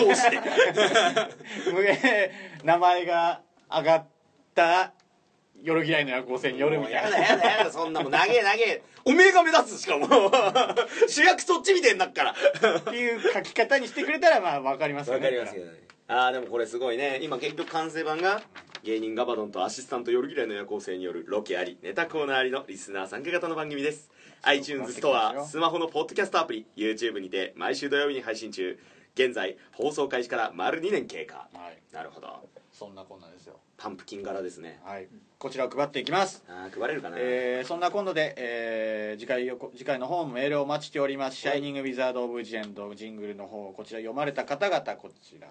名前が上がった夜嫌いの夜行性によるみたいな。 やだそんなもん投げおめえが目立つしかも主役そっちみてんだっからっていう書き方にしてくれたら分かりますよね。 分かりますけどね。でもこれすごいね。今結局完成版が芸人ガバドンとアシスタント夜嫌いの夜行性によるロケありネタコーナーありのリスナー参加型の番組です。 iTunes ストア、スマホのポッドキャストアプリ、 YouTube にて毎週土曜日に配信中。現在放送開始から丸2年経過。なるほど、 そんなこんなですよ。 パンプキン柄ですね。 こちらを配っていきます。 配れるかな。 そんな今度で、次回の方もメールをお待ちしております。シャイニングウィザードオブジェンドジングルの方、こちら読まれた方々、こちら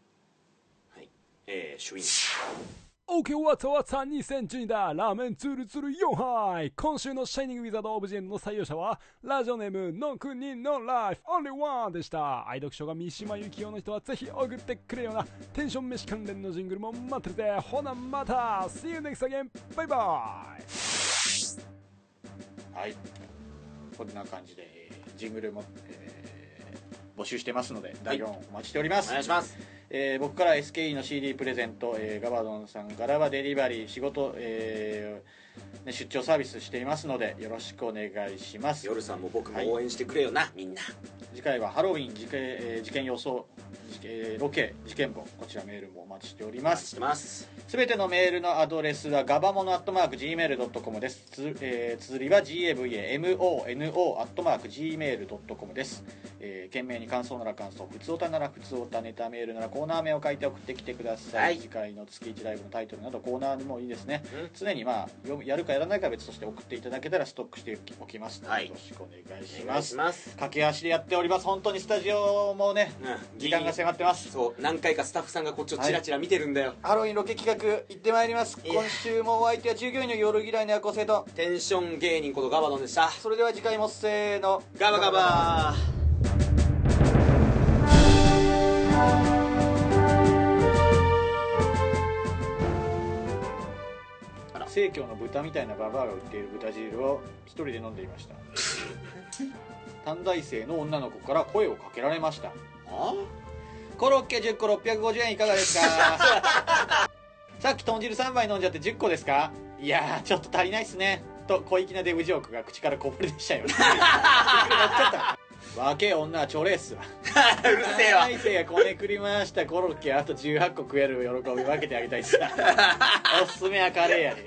シュイン。 OK、わたわた2012だ。ラーメンツルツル4杯。今週のシャイニングウィザードオブジェンドの採用者はラジオネームノンクニンノンライフオンリーワンでした。愛読書が三島由紀夫の人はぜひ送ってくれよな。テンション飯関連のジングルも待ってるぜ。ほなまた See you next again。 バイバイ。 こんな感じで、ジングルも、募集してますので、第4お待ちしております。 お願いします。 僕から SKE の CD プレゼント、ガバドンさんからはデリバリー仕事、出張サービスしていますのでよろしくお願いします。 夜さんも僕も応援してくれよな、みんな。 次回はハロウィン事件予想ロケ事件簿、こちらメールもお待ちしております。すべてのメールのアドレスはガバモノ@gmail.com です。綴りは GAVAMONO@gmail.com です。懸命に感想なら感想、ふつおたならふつおた、ネタメールならコーナー名を書いて送ってきてください。次回の月1ライブのタイトルなどコーナーでもいいですね。常にやるかやらないかは別として送っていただけたらストックしておきますので、よろしくお願いします。駆け足でやっております。本当にスタジオもね、時間が迫ってます。 そう何回かスタッフさんがこっちをチラチラ見てるんだよ。 ハロウィンロケ企画行ってまいります。今週もお相手は従業員の夜嫌いの夜行性とテンション芸人ことガバドンでした。 それでは次回もせーの、 ガバガバ。 生協の豚みたいなババアが売っている豚汁を一人で飲んでいました。短大生の女の子から声をかけられました。コロッケ10個650円いかがですか？さっき豚汁3杯飲んじゃって10個ですか？いやーちょっと足りないっすね、と小粋なデブジョークが口からこぼれてきちゃいました。若え女はチョレーっすわ。 うるせえわ。 大生がこねくり回したコロッケあと18個食える喜び分けてあげたいっす。おすすめはカレーやで。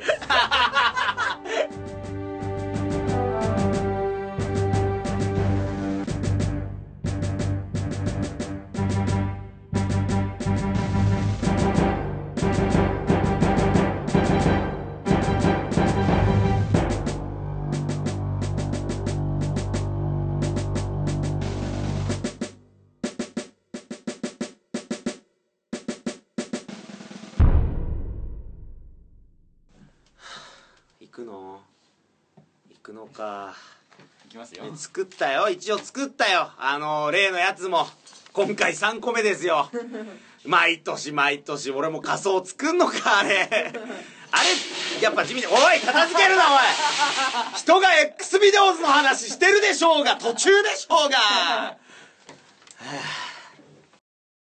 行くのか。 いきますよ。 作ったよ、一応作ったよ、例のやつも今回3個目ですよ。毎年俺も仮装作んのか。あれやっぱ地味に、おい片付けるなおい。人が X ビデオズの話してるでしょうが、途中でしょうが。